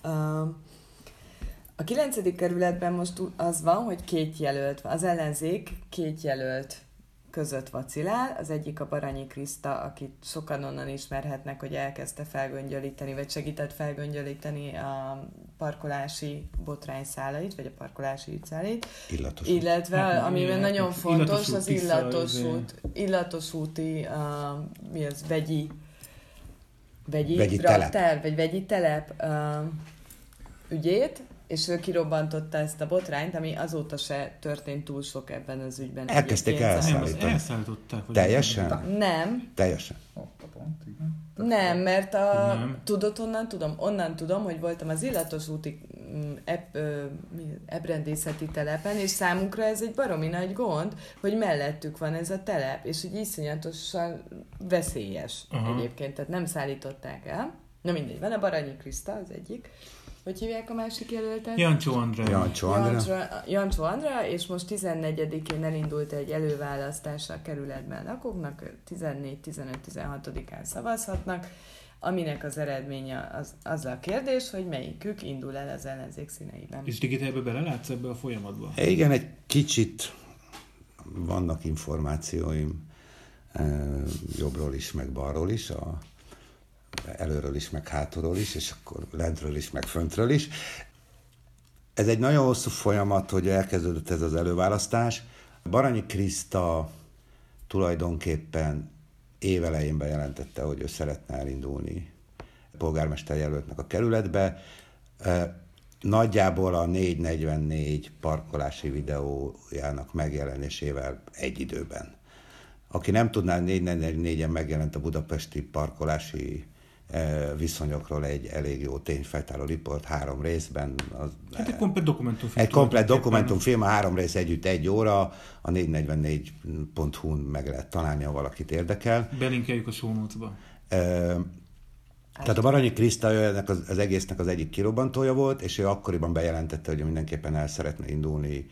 A 9. kerületben most az van, hogy 2 jelölt van. Az ellenzék 2 jelölt között vacilál. Az egyik a Baranyi Kriszta, akit sokan onnan ismerhetnek, hogy elkezdte felgöngyölíteni, vagy segített felgöngyölíteni a parkolási botrányszálait, vagy a parkolási ügyszálait. Illetve, amiben nagyon fontos, az illatos úti, mi az, vegyi telep. Vagy vegyi telep ügyét, és ő kirobbantotta ezt a botrányt, ami azóta se történt túl sok ebben az ügyben. Elkezdték elszállítani. Elszállították. Teljesen? Nem. Teljesen. Nem, mert tudod, onnan tudom, hogy voltam az illatos úti ebrendészeti telepen, és számunkra ez egy baromi nagy gond, hogy mellettük van ez a telep, és úgy iszonyatosan veszélyes egyébként, tehát nem szállították el. Na mindegy, van a Baranyi Kriszta, az egyik. Hogy hívják a másik jelöltet? Jancsó Andrea, és most 14-én elindult egy előválasztás a kerületben lakóknak, 14-15-16-án szavazhatnak, aminek az eredménye az a kérdés, hogy melyikük indul el az ellenzék színeiben. És Digit ebbe belelátsz ebbe a folyamatba? Igen, egy kicsit vannak információim jobbról is, meg balról is, előről is, meg hátulról is, és akkor lentről is, meg föntről is. Ez egy nagyon hosszú folyamat, hogy elkezdődött ez az előválasztás. Baranyi Kriszta tulajdonképpen évelején bejelentette, hogy ő szeretne elindulni polgármester jelöltnek a kerületbe. Nagyjából a 444 parkolási videójának megjelenésével egy időben. Aki nem tudná, 444-en megjelent a budapesti parkolási viszonyokról egy elég jó tényfeltáró riport 3 részben. Egy komplet dokumentumfilm. Egy komplet dokumentumfilm, a 3 rész együtt 1 óra, a 444.hu-n meg lehet találni, ha valakit érdekel. Belinkeljük a show notes-ba. Tehát a Baranyi Kriszta ennek az egésznek az egyik kirobbantója volt, és ő akkoriban bejelentette, hogy mindenképpen el szeretne indulni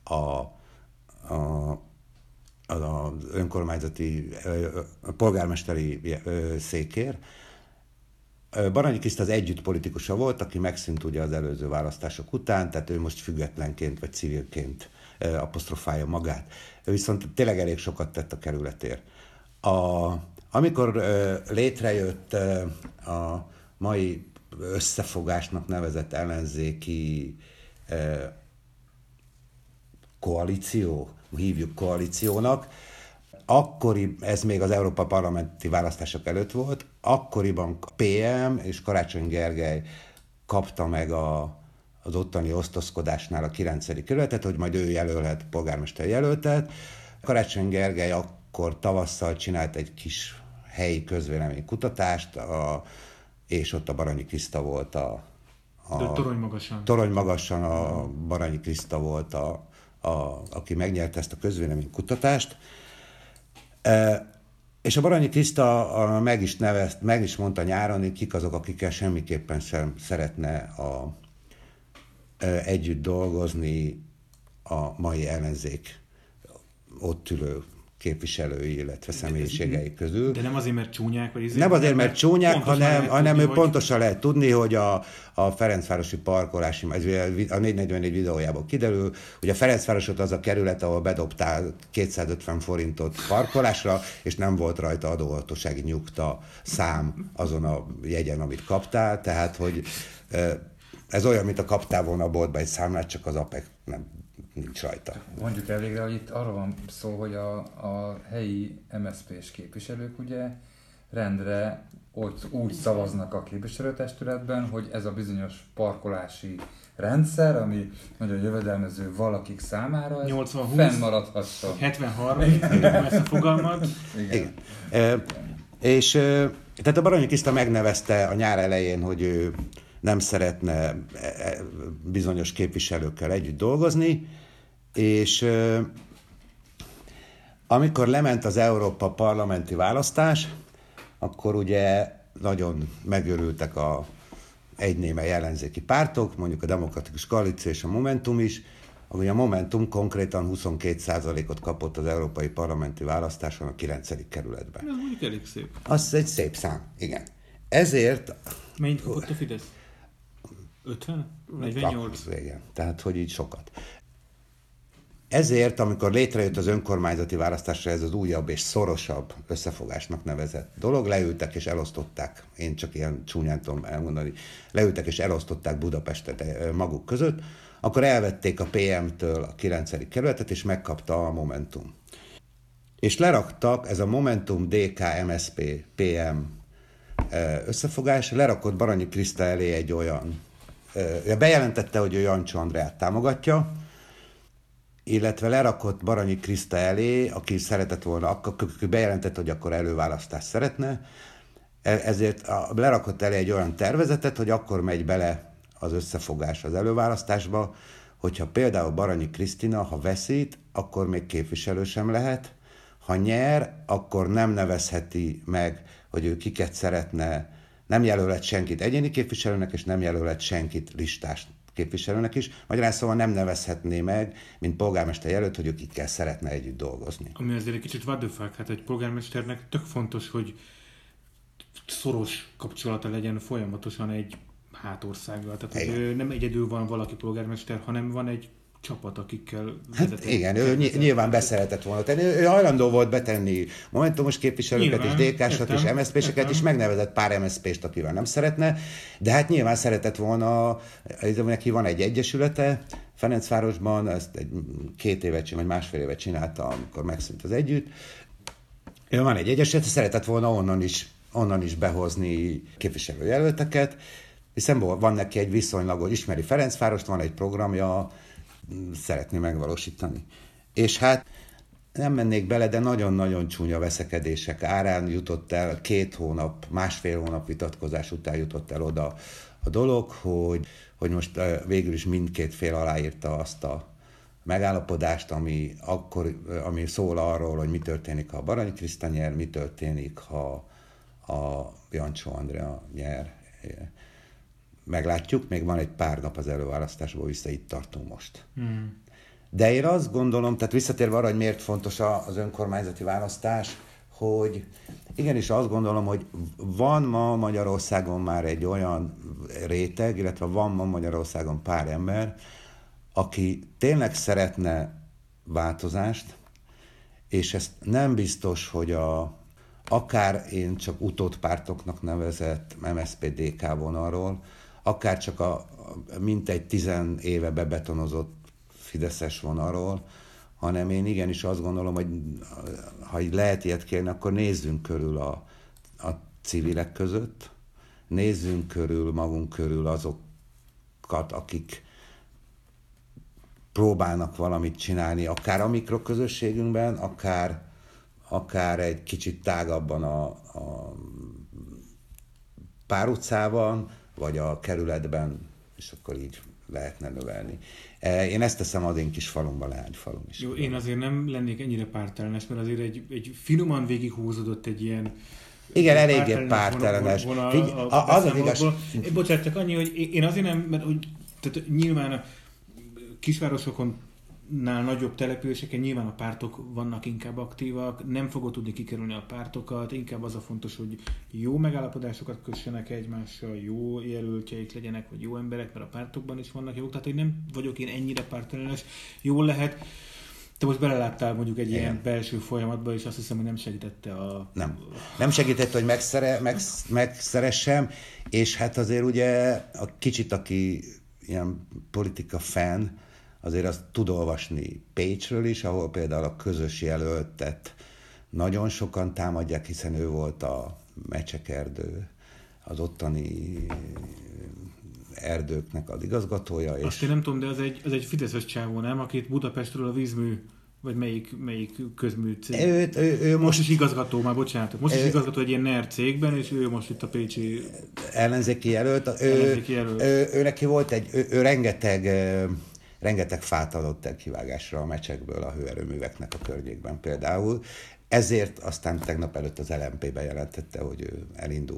az önkormányzati, polgármesteri székér. Baranyi Kriszta az együtt politikusa volt, aki megszűnt ugye az előző választások után, tehát ő most függetlenként vagy civilként apostrofálja magát. Ő viszont tényleg elég sokat tett a kerületért. Amikor létrejött a mai összefogásnak nevezett ellenzéki koalíció, hívjuk koalíciónak, ez még az Európa Parlamenti választások előtt volt, akkoriban PM és Karácsony Gergely kapta meg az ottani osztozkodásnál a 9. kerületet, hogy majd ő jelölhet polgármester jelöltet. Karácsony Gergely akkor tavasszal csinált egy kis helyi közvéleménykutatást, és ott a Baranyi Kriszta volt torony magasan a Baranyi Kriszta volt aki megnyerte ezt a közvéleménykutatást. És a Baranyi Kriszta meg is mondta nyáron, hogy kik azok, akikkel semmiképpen sem szeretne együtt dolgozni a mai ellenzék ott ülő képviselői, illetve személyiségei közül. De nem azért, mert csúnyák? Vagy nem azért, mert csúnyák, hanem ő pontosan lehet tudni, hogy a Ferencvárosi parkolási, a 444 videójából kiderül, hogy a Ferencvárosot az a kerület, ahol bedobtál 250 forintot parkolásra, és nem volt rajta adóhatósági nyugta szám azon a jegyen, amit kaptál, tehát, hogy ez olyan, mint a kaptál volna a boltba egy számlát, csak az APEC nincs rajta. Mondjuk el végre, hogy itt arról van szó, hogy a helyi MSZP-s képviselők ugye rendre úgy szavaznak a képviselőtestületben, hogy ez a bizonyos parkolási rendszer, ami nagyon jövedelmező valakik számára, ez 80-20, fennmaradhassa. 70-30, ezt a fogalmat. Igen. És tehát a Baranyi Kriszta megnevezte a nyár elején, hogy ő nem szeretne bizonyos képviselőkkel együtt dolgozni, és amikor lement az Európa parlamenti választás, akkor ugye nagyon megörültek egy némely ellenzéki pártok, mondjuk a Demokratikus Koalíció és a Momentum is, ahogy a Momentum konkrétan 22%-ot kapott az európai parlamenti választáson a 9. kerületben. Ez mondjuk elég szép. Az egy szép szám, igen. Ezért... Mennyit kapott a Fidesz? 50? 48? Igen, tehát hogy így sokat. Ezért, amikor létrejött az önkormányzati választásra ez az újabb és szorosabb összefogásnak nevezett dolog, leültek és elosztották, én csak ilyen csúnyán tudom elmondani, leültek és elosztották Budapestet maguk között, akkor elvették a PM-től a 9. kerületet, és megkapta a Momentum. És leraktak, ez a Momentum, DK, MSZP, PM összefogás, lerakott Baranyi Kriszta elé egy olyan, bejelentette, hogy ő Jancsó Andreát támogatja, illetve lerakott Baranyi Kriszta elé, aki szeretett volna, akkor bejelentette, hogy akkor előválasztást szeretne, ezért lerakott elé egy olyan tervezetet, hogy akkor megy bele az összefogás az előválasztásba, hogyha például Baranyi Krisztina, ha veszít, akkor még képviselő sem lehet, ha nyer, akkor nem nevezheti meg, hogy ő kiket szeretne, nem jelölet senkit egyéni képviselőnek, és nem jelölet senkit listás képviselőnek is. Magyarán szóval nem nevezhetné meg, mint polgármester jelölt, hogy ő kikkel szeretne együtt dolgozni. Ami azért egy kicsit what the fuck, hát egy polgármesternek tök fontos, hogy szoros kapcsolata legyen folyamatosan egy hátországgal. Tehát hogy nem egyedül van valaki polgármester, hanem van egy csapat, akikkel vezetett. Hát igen, ő nyilván beszeretett volna tenni. Ő hajlandó volt betenni momentumos képviselőket, nyilván, és DK-sat, és MSZP-seket, és megnevezett pár MSZP-st, akivel nem szeretne, de hát nyilván szeretett volna, neki van egy egyesülete Ferencvárosban, ezt 2 évet, vagy másfél évet csinálta, amikor megszűnt az együtt. Van egy egyesülete, szeretett volna onnan is behozni képviselőjelölteket, hiszen van neki egy viszonylagos, ismeri Ferencvárost, van egy programja, szeretné megvalósítani. És hát nem mennék bele, de nagyon-nagyon csúnya veszekedések árán jutott el 2 hónap, másfél hónap vitatkozás után jutott el oda a dolog, hogy most végül is mindkét fél aláírta azt a megállapodást, ami szól arról, hogy mi történik, ha a Baranyi Kriszta nyer, mi történik, ha a Jancsó Andrea nyer. Meglátjuk, még van egy pár nap az előválasztásból, vissza itt tartunk most. De én azt gondolom, tehát visszatérve arra, hogy miért fontos az önkormányzati választás, hogy igenis azt gondolom, hogy van ma Magyarországon már egy olyan réteg, illetve van ma Magyarországon pár ember, aki tényleg szeretne változást, és ezt nem biztos, hogy akár én csak utódpártoknak nevezett MSZP-DK vonalról, akár csak a mintegy 10 éve bebetonozott fideszes vonalról, hanem én igenis azt gondolom, hogy ha lehet ilyet kérni, akkor nézzünk körül a civilek között, nézzünk körül magunk körül azokat, akik próbálnak valamit csinálni, akár a mikroközösségünkben, akár egy kicsit tágabban a pár utcában, vagy a kerületben, és akkor így lehetne növelni. Én ezt teszem az én kis falumban, Leányfalun is. Jó, én azért nem lennék ennyire pártellenes, mert azért egy finoman végighúzódott egy ilyen igen, eléggé pártellenes. Az az igaz. Bocsánat, csak annyi, hogy én azért nem, mert hogy, tehát nyilván a kisvárosokonnál nagyobb településeken nyilván a pártok vannak inkább aktívak, nem fogod tudni kikerülni a pártokat, inkább az a fontos, hogy jó megállapodásokat kössenek egymással, jó jelöltjeik legyenek, vagy jó emberek, mert a pártokban is vannak jók, tehát hogy nem vagyok én ennyire pártellenes. Jól lehet. Te most beleláttál mondjuk egy ilyen belső folyamatba, és azt hiszem, hogy nem segítette a... Nem segítette, hogy megszeressem, és hát azért ugye a kicsit, aki ilyen politika fan, azért azt tud olvasni Pécsről is, ahol például a közös jelöltet nagyon sokan támadják, hiszen ő volt a Mecsekerdő, az ottani erdőknek az igazgatója. Azt én nem tudom, de az egy fideszes csávó, nem? Akit Budapestről a vízmű, vagy melyik közmű cég? Ő most is igazgató, már bocsánat. Most is igazgató egy ilyen NER cégben, és ő most itt a pécsi... Ellenzéki jelölt. Ő neki volt ő rengeteg fát adott el kivágásra a Mecsekből a hőerőműveknek a környékben például. Ezért aztán tegnap előtt az LMP bejelentette, hogy ő elindul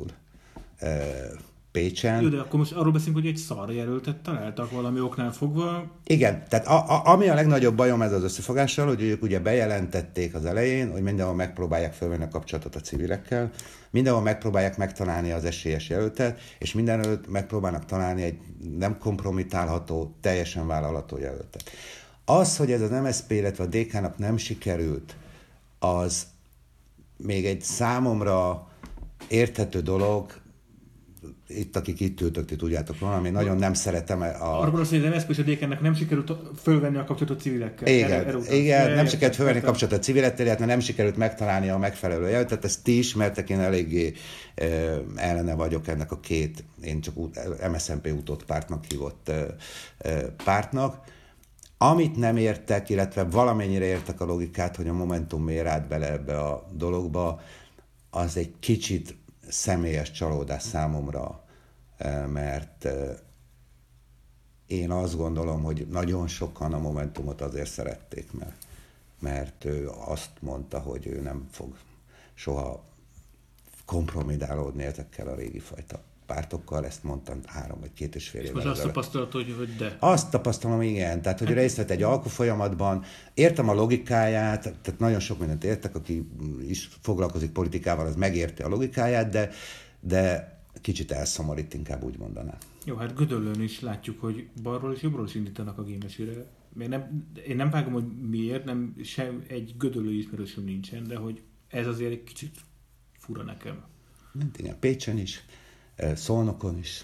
Pécsen. Jó, de akkor most arról beszélünk, hogy egy szar jelöltet találtak valami oknál fogva. Igen, tehát ami a legnagyobb bajom ez az összefogással, hogy ők ugye bejelentették az elején, hogy mindenhol megpróbálják felvenni a kapcsolatot a civilekkel, mindenhol megpróbálják megtalálni az esélyes jelöltet, és mindenhol megpróbálnak találni egy nem kompromitálható, teljesen vállalható jelöltet. Az, hogy ez az MSZP, illetve a DK-nak nem sikerült, az még egy számomra érthető dolog. Itt, akik itt ültök, ti tudjátok valami, nagyon nem szeretem Arról gondolsz, hogy az MSZP és a DK-nek nem sikerült fölvenni a kapcsolatot civilekkel. Igen, nem sikerült fölvenni a kapcsolatot civilekkel, illetve nem sikerült megtalálni a megfelelő jelöltet. Ezt ti ismertek, én eléggé ellene vagyok ennek a két, én csak MSZNP utód pártnak hívott pártnak. Amit nem értek, illetve valamennyire értek a logikát, hogy a Momentum miért állt bele ebbe a dologba, az egy kicsit személyes csalódás számomra, mert én azt gondolom, hogy nagyon sokan a Momentumot azért szerették, mert ő azt mondta, hogy ő nem fog soha kompromitálódni ezekkel a régi fajta pártokkal, ezt mondtam 3 vagy 2,5 évvel. És most azt tapasztalod, hogy de? Azt tapasztalom, igen. Tehát, hogy részt vett egy alkufolyamatban, értem a logikáját, tehát nagyon sok mindent értek, aki is foglalkozik politikával, az megérti a logikáját, de kicsit elszomorít, inkább úgy mondanám. Jó, hát Gödöllőn is látjuk, hogy balról és jobbról is indítanak a gémesére. Én nem vágom, hogy miért, sem egy Gödöllő ismerősöm nincsen, de hogy ez azért egy kicsit fura nekem. Igen, Pécsen is. Szolnokon is.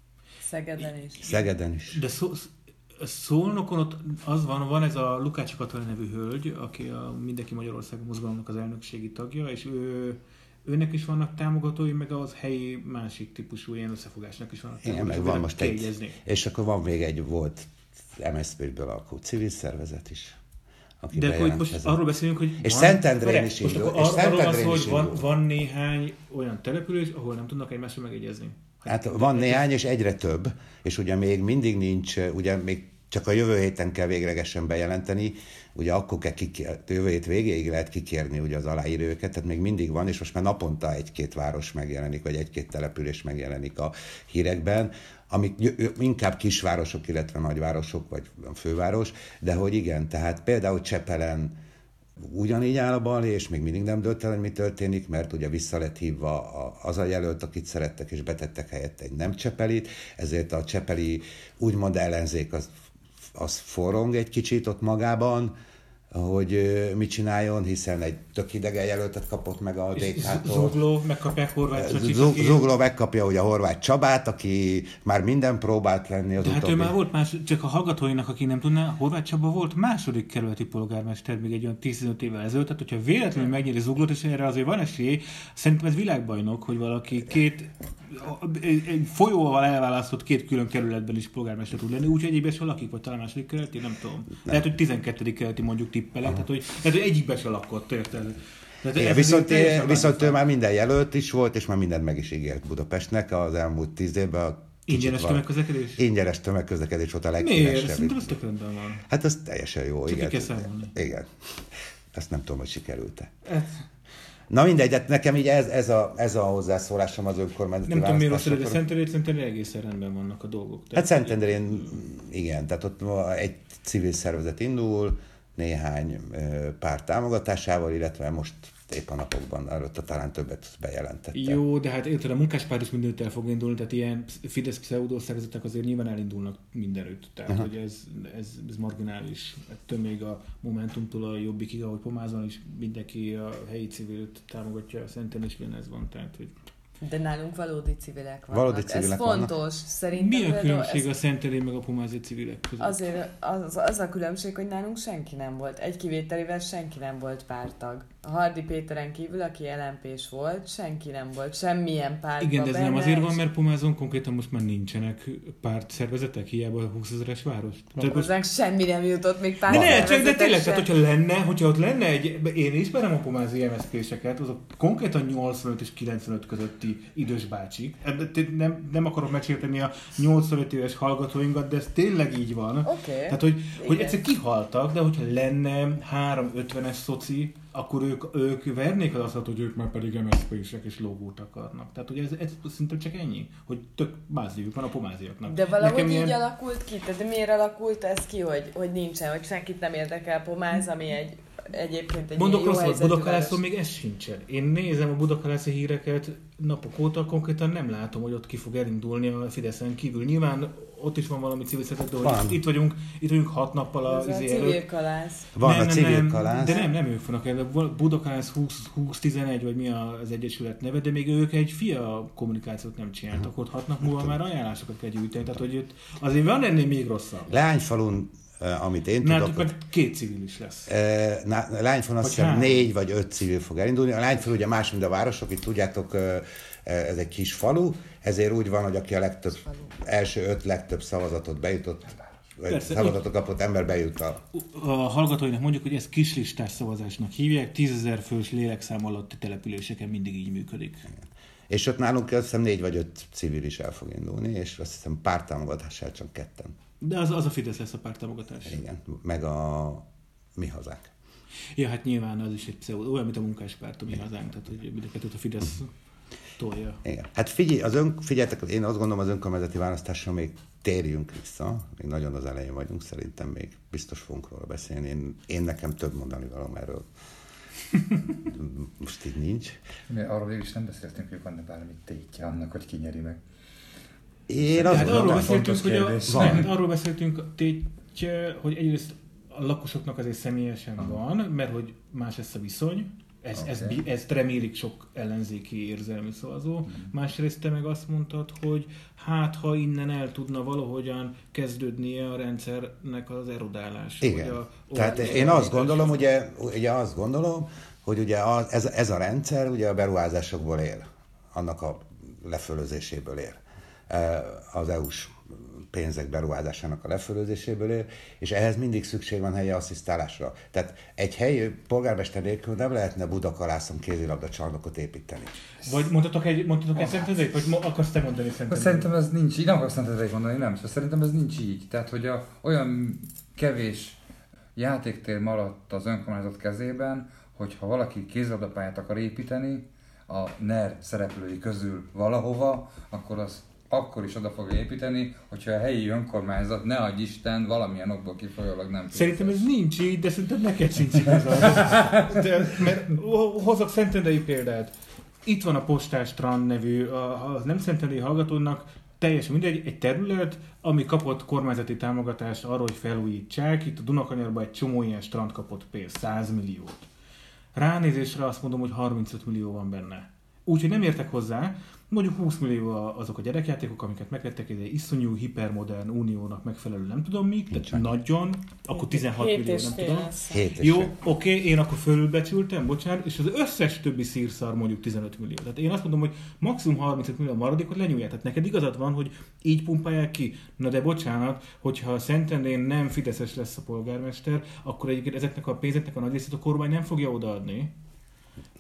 Szegeden is. De Szolnokon ott az van ez a Lukács Katalin nevű hölgy, aki a Mindenki Magyarország mozgalomnak az elnökségi tagja, és őnek is vannak támogatói, meg az helyi másik típusú ilyen összefogásnak is vannak támogatói. Igen, meg van most és akkor van még egy volt MSZP-ből alkotó civil szervezet is. De akkor most arról beszélünk, hogy és Szentendrén is indul. Arról van szó, hogy van néhány olyan település, ahol nem tudnak egymással megegyezni. Hát van néhány, és egyre több, és ugye még mindig nincs, ugye még csak a jövő héten kell véglegesen bejelenteni, ugye akkor kell jövő hét végéig lehet kikérni ugye az aláírőket, tehát még mindig van, és most már naponta 1-2 város megjelenik, vagy 1-2 település megjelenik a hírekben, amik inkább kisvárosok, illetve nagyvárosok, vagy főváros, de hogy igen, tehát például Csepelen ugyanígy áll a balhé, és még mindig nem dölt el, hogy mi történik, mert ugye vissza lett hívva az a jelölt, akit szerettek, és betettek helyette egy nem csepelit, ezért a csepeli úgymond ellenzék az forrong egy kicsit ott magában, hogy mit csináljon, hiszen egy tök idegen jelöltet kapott meg a DK-tól. Zugló megkapják Horváth Csabát. Zugló megkapja ugye Horváth Csabát, aki már minden próbált lenni az utóbbi. Hát ő már volt csak a hallgatóinak, aki nem tudná, Horváth Csaba volt második kerületi polgármester még egy olyan 15 évvel ezelőtt, tehát hogyha véletlenül megnyeri Zuglót, és erre azért van esély, szerintem ez világbajnok, hogy valaki egy folyóval elválasztott 2 külön kerületben is polgármester tud lenni, úgyhogy egyébben se lakik, vagy talán második kerületi, nem tudom. Lehet, hogy 12. kerületi mondjuk tippelek, tehát hogy egyikbe se lakott, érted? Igen, viszont ő már minden jelölt is volt, és már mindent meg is ígért Budapestnek az elmúlt 10 évben, Ingyenes tömegközlekedés? Ingyenes tömegközlekedés volt a Miért? leghíresebb. Szerintem az tök rendben van. Hát az teljesen jó, Csak igen. ki kell számolni. Igen. Ezt nem tudom, hogy sikerült-e. Na mindegy, hát nekem így ez a hozzászólásom az önkormányzati Nem tudom, miért rossz, de választásokról. Szentendrén egészen rendben vannak a dolgok. Hát Szentendrén, igen, tehát ott egy civil szervezet indul, néhány párt támogatásával, illetve most épp a napokban előtte talán többet bejelentette. Jó, de hát érted, a munkáspárt is mindent el fog indulni, tehát ilyen Fidesz pseudoszervezetek azért nyilván elindulnak mindenütt. Tehát, hogy ez marginális. Ettől még a Momentumtól a Jobbikig, ahogy Pomázon is mindenki a helyi civilt támogatja, a Szentendrén is ez van, tehát, hogy... De nálunk valódi civilek vannak. Valódi civilek ez fontos. Szerintem mi a különbség ez... a Szentendrén meg a pomázi civilek között? Azért az a különbség, hogy nálunk senki nem volt. Egy kivételével senki nem volt párttag. A Hardy Péteren kívül, aki LMP-s volt, senki nem volt semmilyen pártban. Igen, de ez nem azért van, mert Pomázon konkrétan most már nincsenek pártszervezetek, hiába a 20 000-es város. Hozzánk semmi nem jutott, még De ne, csak de tényleg, sem. tehát hogyha ott lenne egy, én ismerem a pomázi MSZP-seket, azok konkrétan 85 és 95 közötti idős bácsik. Nem akarok megsérteni a 85 éves hallgatóinkat, de ez tényleg így van. Okay. Tehát, hogy egyszer kihaltak, de hogyha lenne 3-50-es szoci, akkor ők vernék az azt, hogy ők már pedig MSZP-sek és logót akarnak. Tehát, hogy ez szinte csak ennyi, hogy tök báziuk van a pomáziaknak. De valahogy így alakult ki? Tehát miért alakult ez ki, hogy nincsen, hogy senkit nem érdekel Pomáz, ami egyébként egy Mondok jó rossz, helyzetű Budakalászon még ez sincsen. Én nézem a budakalászi híreket napok óta, konkrétan nem látom, hogy ott ki fog elindulni a Fideszen kívül. Nyilván ott is van valami civil szervezet, de hogy itt vagyunk 6 nappal a civil kalász. Van a civil kalász. De nem ők vannak el. Budakalász 2011, vagy mi az egyesület neve, de még ők egy FIA kommunikációt nem csináltak. Ott 6 nap múlva már ajánlásokat kell gyűjteni. Tehát, hogy azért van ennél még rosszabb. Leányfalun, amit én tudok... Meg 2 civil is lesz. Lányfalun azt hiszem 4 vagy 5 civil fog elindulni. A Lányfal ugye más, mint a városok, itt tudjátok, ez egy kis falu, ezért úgy van, hogy aki a első 5 legtöbb szavazatot bejutott, vagy szavazatot kapott ember bejut a hallgatóinak mondjuk, hogy ezt kislistás szavazásnak hívják, 10 000 fős lélekszám alatti településeken mindig így működik. Igen. És ott nálunk azt hiszem 4 vagy 5 civil is el fog indulni, és azt hiszem párttámogatással csak 2. De az a Fidesz lesz a párttámogatás. Igen, meg a Mi Hazánk. Ja, hát nyilván az is egy pseudo, olyan, mint a munkáspárt, a Mi Hazánk, tehát hogy mind a kettőt a Fidesz tolja. Igen. Hát figyeljetek, én azt gondolom az önkormányzati választásra még térjünk vissza, még nagyon az elején vagyunk, szerintem még biztos fogunk róla beszélni. Én nekem több mondani valóm erről. Most így nincs. Arról végül is nem beszéltünk, hogy van-e bármi tétje annak, hogy ki nyeri meg. Én azt gondolom, arról beszéltünk tétje, hogy egyrészt a lakosoknak azért személyesen van, mert hogy más lesz a viszony, ezt remélik sok ellenzéki érzelmi szavazó. Másrészt te meg azt mondtad, hogy hát ha innen el tudna valahogyan kezdődnie a rendszernek az erodálása. Igen. Tehát én azt gondolom, ugye hogy ugye ez a rendszer ugye a beruházásokból él, annak a lefölözéséből él. Az EU-s pénzek beruházásának a lefölözéséből él, és ehhez mindig szükség van helyi asszisztálásra. Tehát egy helyi polgármester nélkül nem lehetne Budakalászon kézilabda csarnokot építeni. Vagy mondhatok egy Szentendrét? Vagy akarsz te mondani Szentendrét? Szerintem ez nincs így. Nem akarsz Szentendrét mondani, nem. Szerintem ez nincs így. Tehát, hogy olyan kevés játéktér maradt az önkormányzat kezében, hogyha valaki kézilabdapályát akar építeni a NER szereplői közül valahova, akkor az akkor is oda fogja építeni, hogyha a helyi önkormányzat, ne adj Isten, valamilyen okból kifolyólag nem fizet. Szerintem ez nincs így, de szerintem neked sincs igazad. Mert hozok szentendrei példát. Itt van a Postás Strand nevű, a nem szentendrei hallgatónak teljesen mindegy, egy terület, ami kapott kormányzati támogatást arra, hogy felújítsák. Itt a Dunakanyarban egy csomó ilyen strand kapott pénzt, 100 milliót. Ránézésre azt mondom, hogy 35 millió van benne. Úgyhogy nem értek hozzá, mondjuk 20 millió azok a gyerekjátékok, amiket megvettek, egy iszonyú, hipermodern uniónak megfelelő, nem tudom mik, tehát nagyon, akkor 16 millió, nem tudom. Jó, oké, én akkor fölülbecsültem, bocsánat, és az összes többi szírszar mondjuk 15 millió. Tehát én azt mondom, hogy maximum 35 millió maradékot lenyúlják. Tehát neked igazad van, hogy így pumpálják ki. Na de bocsánat, hogyha Szentendrén nem fideszes lesz a polgármester, akkor egyébként ezeknek a pénzeknek a nagy részét a kormány nem fogja odaadni.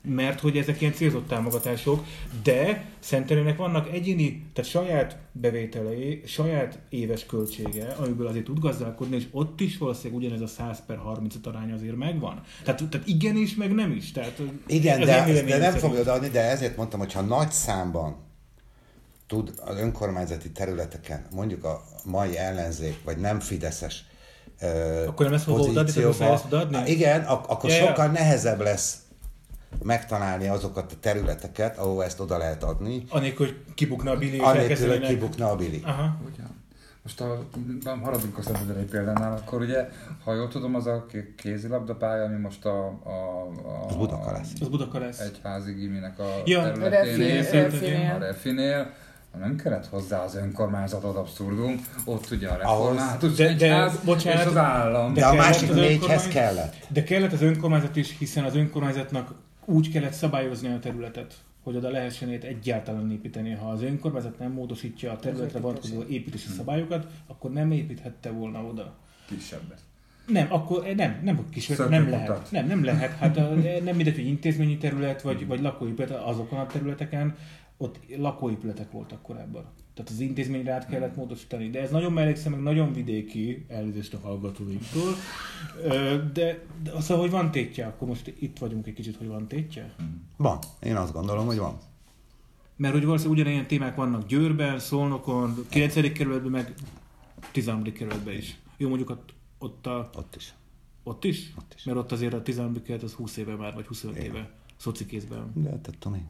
mert hogy ezek ilyen célzott támogatások, de Szenterének vannak egyéni, tehát saját bevételei, saját éves költsége, amiből azért tud gazdálkodni, és ott is valószínűleg ugyanez a 100/30 arány azért megvan. Tehát igenis, meg nem is. Tehát igen, de nem fogod adni, de ezért mondtam, hogy ha nagy számban tud az önkormányzati területeken, mondjuk a mai ellenzék, vagy nem fideszes akkor nem lesz hova adni? Igen, akkor sokkal nehezebb lesz megtalálni azokat a területeket, ahol ezt oda lehet adni. Anélkül, hogy kibukna a bili. Anélkül, hogy kibukna a bili. Aha. Most haladunk a Szentendrei példánál, akkor ugye, ha jól tudom, az a kézilabdapálya, ami most az Budakalász. Az Budakalász. Egyházi giminek a területén, a Refinél, nem kellett hozzá az önkormányzat ad abszurdum, ott ugye a református egyház és az állam. De a másik négyhez kellett. De kellett az önkormányzat is, hiszen az önkormányzatnak úgy kellett szabályozni a területet, hogy oda lehessen egyáltalán építeni. Ha az önkormányzat nem módosítja a területre vonatkozó építési szabályokat, akkor nem építhette volna oda. Kisebbet. Nem, akkor nem kisebb, nem lehet. Nem lehet. Hát nem mindegy, hogy intézményi terület, vagy lakóépület, azokon a területeken, ott lakóépületek voltak korábban. Tehát az intézményre át kellett módosítani. De ez nagyon mellékszem, meg nagyon vidéki, elnézést a hallgatóinktól. De szóval, hogy van tétje, akkor most itt vagyunk egy kicsit, hogy van tétje? Van. Én azt gondolom, hogy van. Mert hogy valószínűleg ugyanilyen témák vannak Győrben, Szolnokon, 9. kerületben, meg 13. kerületben is. Jó, mondjuk ott is. Ott is? Ott is. Mert ott azért a 13. kerület az 20 éve már, vagy 25 éve szocikézben. De tettem én.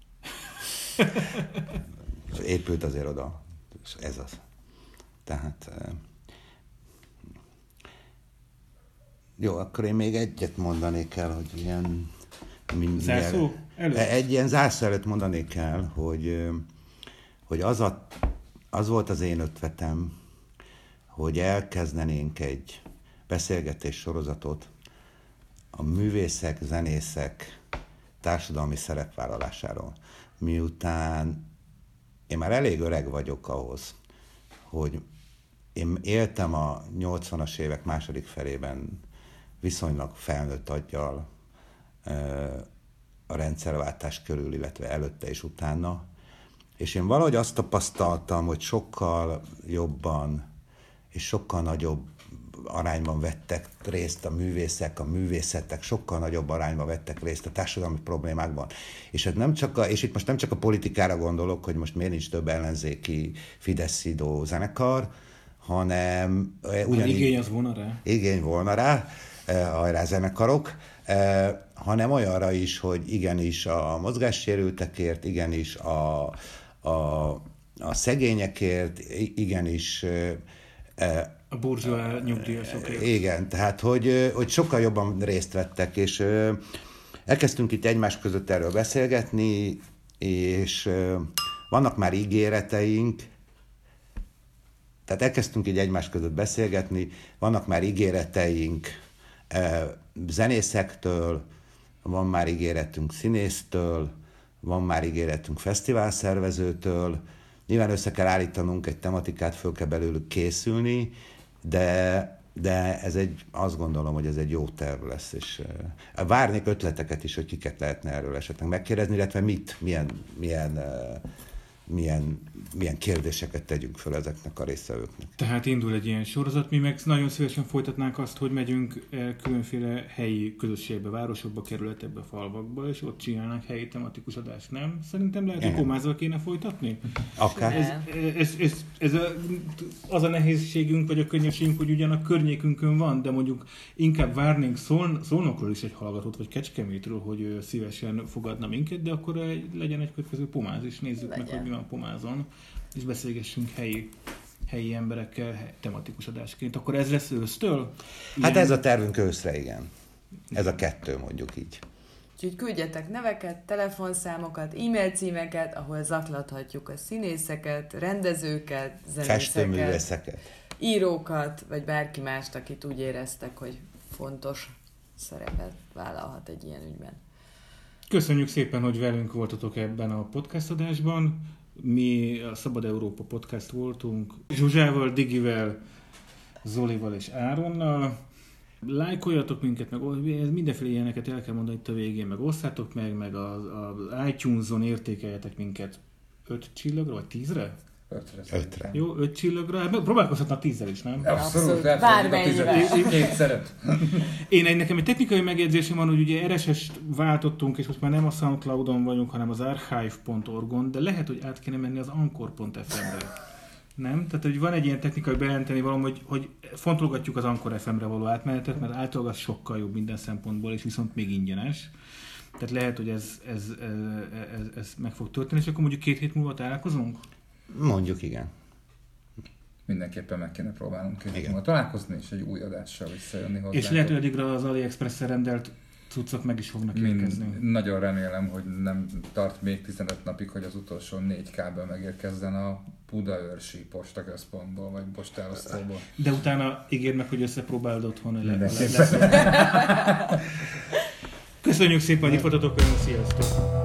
Épült azért oda, és ez az. Tehát jó, akkor én még egyet mondanék el, hogy ilyen zárszó előtt? Egy ilyen zárszó előtt mondanék el, hogy az volt az én ötletem, hogy elkezdenénk egy beszélgetés sorozatot a művészek, zenészek társadalmi szerepvállalásáról. Miután én már elég öreg vagyok ahhoz, hogy én éltem a 80-as évek második felében viszonylag felnőtt aggyal a rendszerváltás körül, illetve előtte és utána, és én valahogy azt tapasztaltam, hogy sokkal jobban és sokkal nagyobb arányban vettek részt a művészek, a művészetek, sokkal nagyobb arányban vettek részt a társadalmi problémákban. És itt most nem csak a politikára gondolok, hogy most miért nincs több ellenzéki Fidesz-szidó zenekar, hanem ugyanígy... Igény az volna rá. Igény volna rá, hajrá zenekarok, hanem olyanra is, hogy igenis a mozgássérültekért, igenis a szegényekért, igenis... A burzsóá nyugdíjasokért. Igen, tehát hogy sokkal jobban részt vettek, és elkezdtünk itt egymás között erről beszélgetni, és vannak már ígéreteink, tehát elkezdtünk így egymás között beszélgetni, vannak már ígéreteink zenészektől, van már ígéretünk színésztől, van már ígéretünk fesztiválszervezőtől, nyilván össze kell állítanunk egy tematikát, föl kell belőlük készülni, de azt gondolom, hogy ez egy jó terv lesz, és várnék ötleteket is, hogy kiket lehetne erről esetleg megkérdezni, illetve milyen kérdéseket tegyünk föl ezeknek a résztvevőknek. Tehát indul egy ilyen sorozat, mi meg nagyon szívesen folytatnánk azt, hogy megyünk különféle helyi közösségbe, városokba, kerületekbe, falvakba, és ott csinálnánk helyi tematikus adást, nem? Szerintem lehet, hogy Komázval kéne folytatni? Akár. Ez az a nehézségünk, vagy a könnyességünk, hogy ugyan a környékünkön van, de mondjuk inkább várnénk Szolnokról is egy hallgatót, vagy Kecskemétről, hogy szívesen fogadna minket, de akkor legyen egy következő Pomáz is, nézzük meg, hogy mi van Pomázon, és beszélgessünk helyi emberekkel tematikus adásként. Akkor ez lesz ősztől? Hát ez a tervünk őszre, igen. Ez a 2, mondjuk így. Úgyhogy küldjetek neveket, telefonszámokat, e-mail címeket, ahol zaklathatjuk a színészeket, rendezőket, zenészeket, festőművészeket, írókat, vagy bárki mást, akit úgy éreztek, hogy fontos szerepet vállalhat egy ilyen ügyben. Köszönjük szépen, hogy velünk voltatok ebben a podcast adásban. Mi a Szabad Európa Podcast voltunk Zsuzsával, Digivel, Zolival és Áronnal. Lájkoljatok minket, meg mindenféle ilyeneket el kell mondani itt a végén, meg osszátok meg az iTunes-on értékeljetek minket 5 csillagra, vagy 10-re? 5-re. Jó, 5 csillagra. Hát próbálkozhatna 10-el is, nem? Abszolút. Bármennyivel. Kétszeret. Nekem egy technikai megjegyzésem van, hogy ugye RSS-t váltottunk, és most már nem a SoundCloud-on vagyunk, hanem az archive.org-on, de lehet, hogy át kéne menni az Anchor.fm-re. Nem? Tehát, hogy van egy ilyen technikai bejelenteni valami, hogy fontolgatjuk az Anchor FM-re való átmenetet, mert általában az sokkal jobb minden szempontból, és viszont még ingyenes. Tehát lehet, hogy ez meg fog történni, és akkor mondjuk 2 hét múlva találkozunk? Mondjuk igen. Mindenképpen meg kéne próbálnunk találkozni, és egy új adással visszajönni hozzá. És lehet, hogy addigra az AliExpress-en rendelt cuccok meg is fognak érkezni. Nagyon remélem, hogy nem tart még 15 napig, hogy az utolsó 4 kábel megérkezzen a Budaörsi postaközpontból, vagy postálosztóból. De utána ígérd meg, hogy összepróbálod otthon, hogy lesz. Köszönjük szépen, hogy itt voltatok, sziasztok!